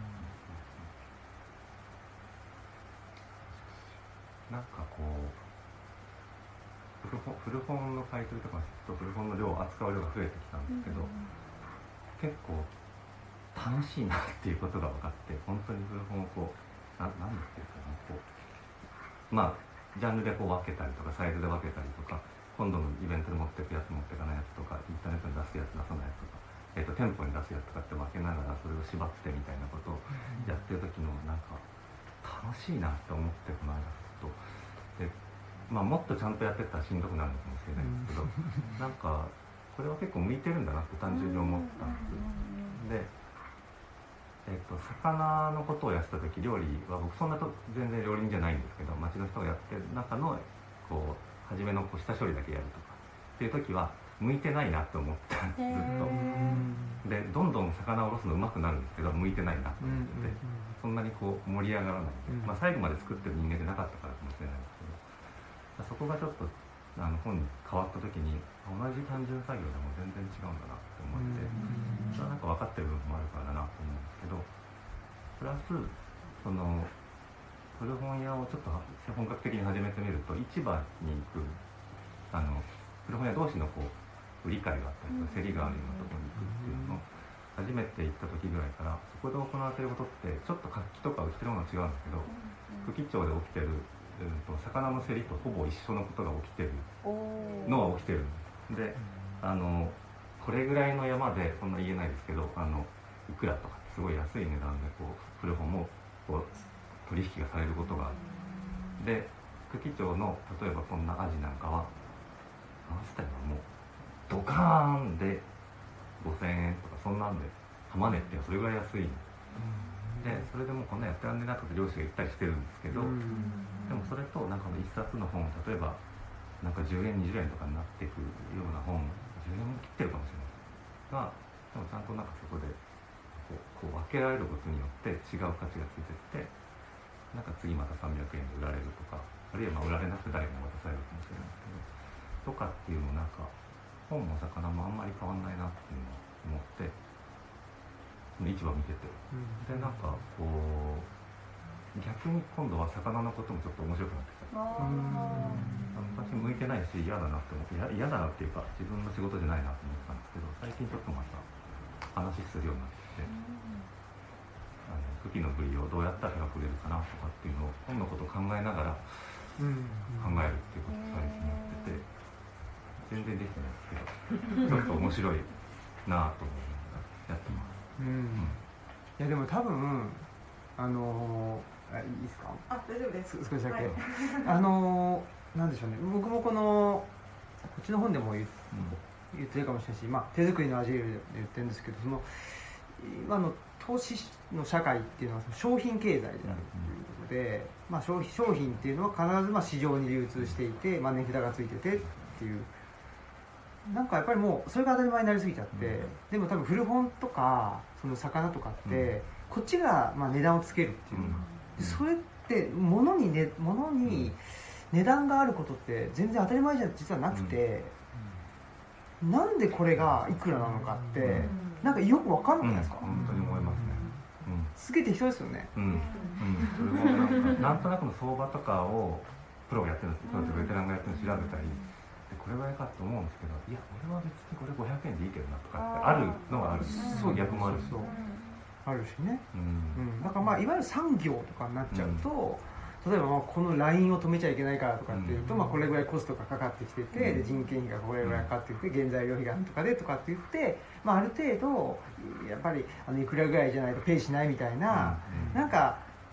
なんかこう古本、古本の買い取りとかちょっと古本の量を扱う量が増えてきたんですけど、結構楽しいなっていうことが分かって、本当に古本をこうななんていうかな、こうまあジャンルでこう分けたりとかサイズで分けたりとか、今度のイベントで持っていくやつ持っていかないやつとか、インターネットに出すやつ出さないやつとか、えー、と店舗に出すやつとかって分けながらそれを縛ってみたいなことをやってる時のなんか楽しいなって思ってこの間ふとで、まあ、もっとちゃんとやってったらしんどくなるのかもしれないんですけど、なんかこれは結構向いてるんだなって単純に思ったんです。でえー、と魚のことをやってた時、料理は僕そんなと全然料理人じゃないんですけど、町の人がやってる中のこう初めのこう下処理だけやるとかっていう時は向いてないなって思ったんです、ずっと。でどんどん魚をおろすのうまくなるんですけど、向いてないなと思ってて、そんなにこう盛り上がらないんで、まあ、最後まで作ってる人間じゃなかったからかもしれないんですけど、そこがちょっとあの本に変わった時に、同じ単純作業でも全然違うんだなって思って、それはなんか分かってる部分もあるからだなと思うんですけど、プラスその古本屋をちょっと本格的に始めてみると、市場に行くあの古本屋同士のこう売り買いがあったりとか競りがあるようなところに行くっていうのを初めて行った時ぐらいから、そこで行われていることってちょっと活気とか売ってるものは違うんだけど、久喜町で起きてる、うん、と魚の競りとほぼ一緒のことが起きてるのは起きてるんで、あのこれぐらいの山でそんな言えないですけど、あのいくらとかすごい安い値段でこう古本もこう取引がされることがある。で久喜町の例えばこんなアジなんかは何つったらもうドカーンでごせんえんとかそんなんで、浜値ってそれぐらい安いんで、それでもうこんなやってらんねえなとか漁師が言ったりしてるんですけど、でもそれとなんか一冊の本、例えばなんかじゅうえんにじゅうえんとかになっていくような本、じゅうえんも切ってるかもしれないが、でもちゃんとなんかそこでこう、こう分けられることによって違う価値がついてって、なんか次またさんびゃくえんで売られるとか、あるいはまあ売られなくて誰かに渡されるかもしれないけどとかっていうのを、なんか本も魚もあんまり変わんないなっていうのを思って、市場見てて、でなんかこう逆に今度は魚のこともちょっと面白くなってきた。昔向いてないし嫌だなって思って、嫌だなっていうか自分の仕事じゃないなと思ってたんですけど、最近ちょっとまた話するようになってきて、あの久喜の部位をどうやったら売れるかなとかっていうのを本のことを考えながら考えるっていうことを最近やってて、全然できてないですけどちょっと面白いなと思いながらやってます。 うん、いやでも多分あのー、あいいですか？ あ、大丈夫です。 少しだけ、 はい、 あのー、なんでしょうね、僕もこのこっちの本でも言, 言ってるかもしれないし、まあ、手作りのアジールで言ってるんですけど、その今の投資の社会っていうのは商品経済であるということで、まあ、商品、商品っていうのは必ずまあ市場に流通していて、まあ、値札がついててっていう、なんかやっぱりもうそれが当たり前になりすぎちゃって、うん、でも多分古本とかその魚とかって、うん、こっちがまあ値段をつけるっていう、うん、それって物に、ね、物に値段があることって全然当たり前じゃ実はなくて、うん、なんでこれがいくらなのかって、うん、なんかよく分かんないですか？ うん、本当に思いますね。うん、 すげえ適当ですよね。 うん、うん、それもなんかなんとなくの相場とかをプロがやってるんですけど、ベテランがやってるのを調べたり。これぐらいかと思うんですけど、いや俺は別にこれごひゃくえんでいいけどなとかってあるのはあるし、そう逆もあるし、 そうあるしね、 うんうん、だからまあいわゆる産業とかになっちゃうと、うん、例えばまあこのラインを止めちゃいけないからとかっていうと、うん、まあこれぐらいコストがかかってきてて、うん、で人件費がこれぐらいかかってきて、原材料費がとかでとかって言って、まあ、ある程度やっぱりあのいくらぐらいじゃないとペイしないみたいな、うん、なんか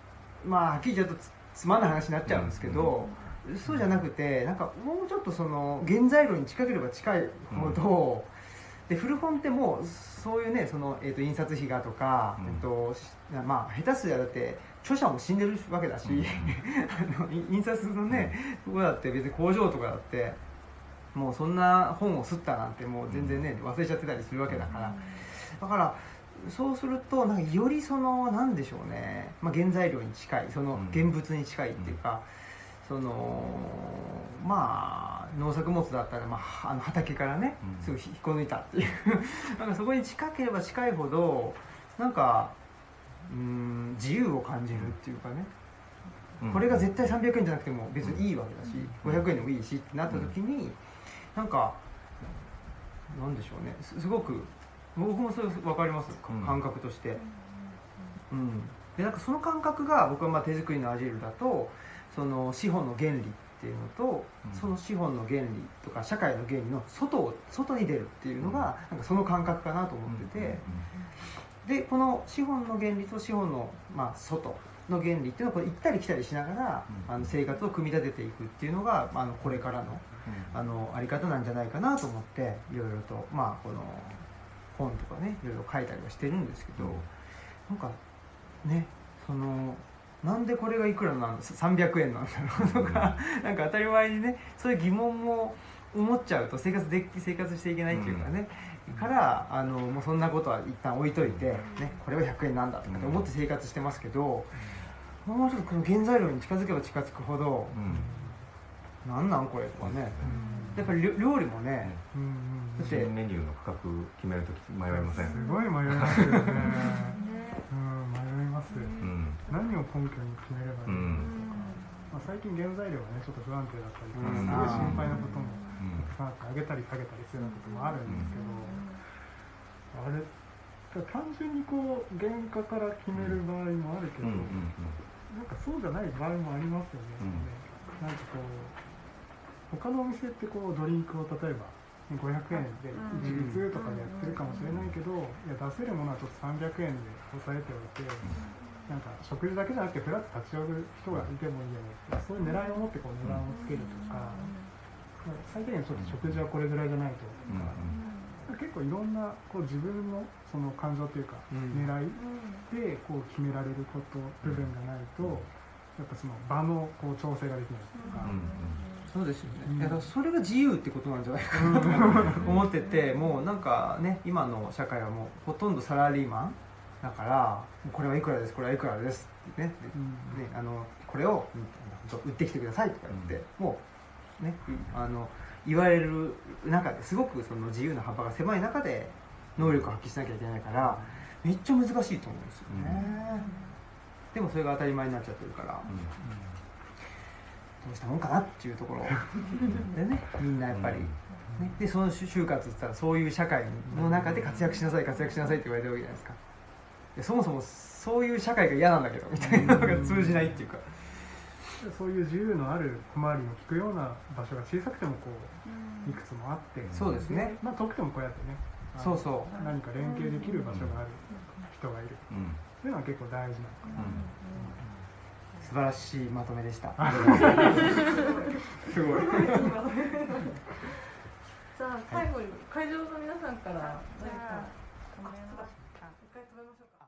まあはっきり言っちゃうと つ, つまんない話になっちゃうんですけど、うん、そうじゃなくてなんかもうちょっとその原材料に近ければ近いほど、うん、で古本ってもうそういうねその、えー、と印刷費がとか、うんえーとまあ、下手すりゃだって著者も死んでるわけだし、うん、あの印刷のね、うん、とこだって別に工場とかだってもうそんな本を刷ったなんてもう全然ね忘れちゃってたりするわけだから、だからそうするとなんかよりそのなんでしょうね、まあ、原材料に近いその現物に近いっていうか、うん、そのまあ農作物だったら、まあ、あの畑からねすぐ引っこ抜いたっていうなんかそこに近ければ近いほどなんかうーん自由を感じるっていうかね、うん、これが絶対さんびゃくえんじゃなくても別にいいわけだし、うん、ごひゃくえんでもいいしってなった時に、なんかなんでしょうね す, すごく僕もそれ分かります、うん、感覚として、うん、でなんかその感覚が僕はまあ手作りのアジェルだとその資本の原理っていうのと、うん、その資本の原理とか社会の原理の外を外に出るっていうのが、うん、なんかその感覚かなと思ってて、うん、でこの資本の原理と資本の、まあ、外の原理っていうのをこう行ったり来たりしながら、うん、あの生活を組み立てていくっていうのが、あのこれからの、うん、あのあり方なんじゃないかなと思っていろいろとまあこの本とかねいろいろ書いたりはしてるんですけど、なんかねそのなんでこれがいくらなんださんびゃくえんなんだろうとか、うん、なんか当たり前にねそういう疑問も思っちゃうと生活で生活していけないっていうかね、うん、からあのもうそんなことは一旦置いといて、ね、これはひゃくえんなんだとかって思って生活してますけど、うん、もうちょっとこの原材料に近づけば近づくほど、うん、なんなんこれとかね、うん、やっぱり料理もね、うん、だって新メニューの価格決めるとき迷いません？ すごい迷いますよねうん、迷います、うん、何を根拠に決めればいいのかとか、うんまあ、最近原材料がねちょっと不安定だったりとか、うん、すごい心配なこともたくさんあって上げたり下げたりするようなこともあるんですけど、うん、あれ単純にこう原価から決める場合もあるけど、うん、なんかそうじゃない場合もありますよね、うん、なんかこう他のお店ってこうドリンクを例えばごひゃくえんで一律とかでやってるかもしれないけど、いや出せるものはちょっとさんびゃくえんで抑えておいて、なんか食事だけじゃなくてフラッと立ち寄る人がいてもいいよねって、そういう狙いを持ってこう値段をつけるとか、最低限ちょっと食事はこれぐらいじゃないととか、結構いろんなこう自分のその感情というか狙いでこう決められること部分がないと、やっぱその場のこう調整ができないとか。 そうですよね、うん、だからそれが自由ってことなんじゃないかなと思ってて、もうなんかね今の社会はもうほとんどサラリーマンだから、これはいくらですこれはいくらですってね、うん、ねあのこれを売ってきてくださいとか言って、うん、もうねあの言われる中ですごくその自由な幅が狭い中で能力を発揮しなきゃいけないからめっちゃ難しいと思うんですよね、うん、でもそれが当たり前になっちゃってるから、うんどうしたもんかなっていうところでね、みんなやっぱり、ね、でその就活って言ったらそういう社会の中で活躍しなさい活躍しなさいって言われてるわけじゃないですか。でそもそもそういう社会が嫌なんだけどみたいなのが通じないっていうか、 そういう自由のある小回りの利くような場所が小さくてもこういくつもあって、 そうですね、 まあ遠くてもこうやってね、 そうそう何か連携できる場所がある人がいる、うん、そういうのは結構大事なのかな、うん素晴らしいまとめでした。すごい。 じゃあ最後に会場の皆さんから何か一回止めましょうか。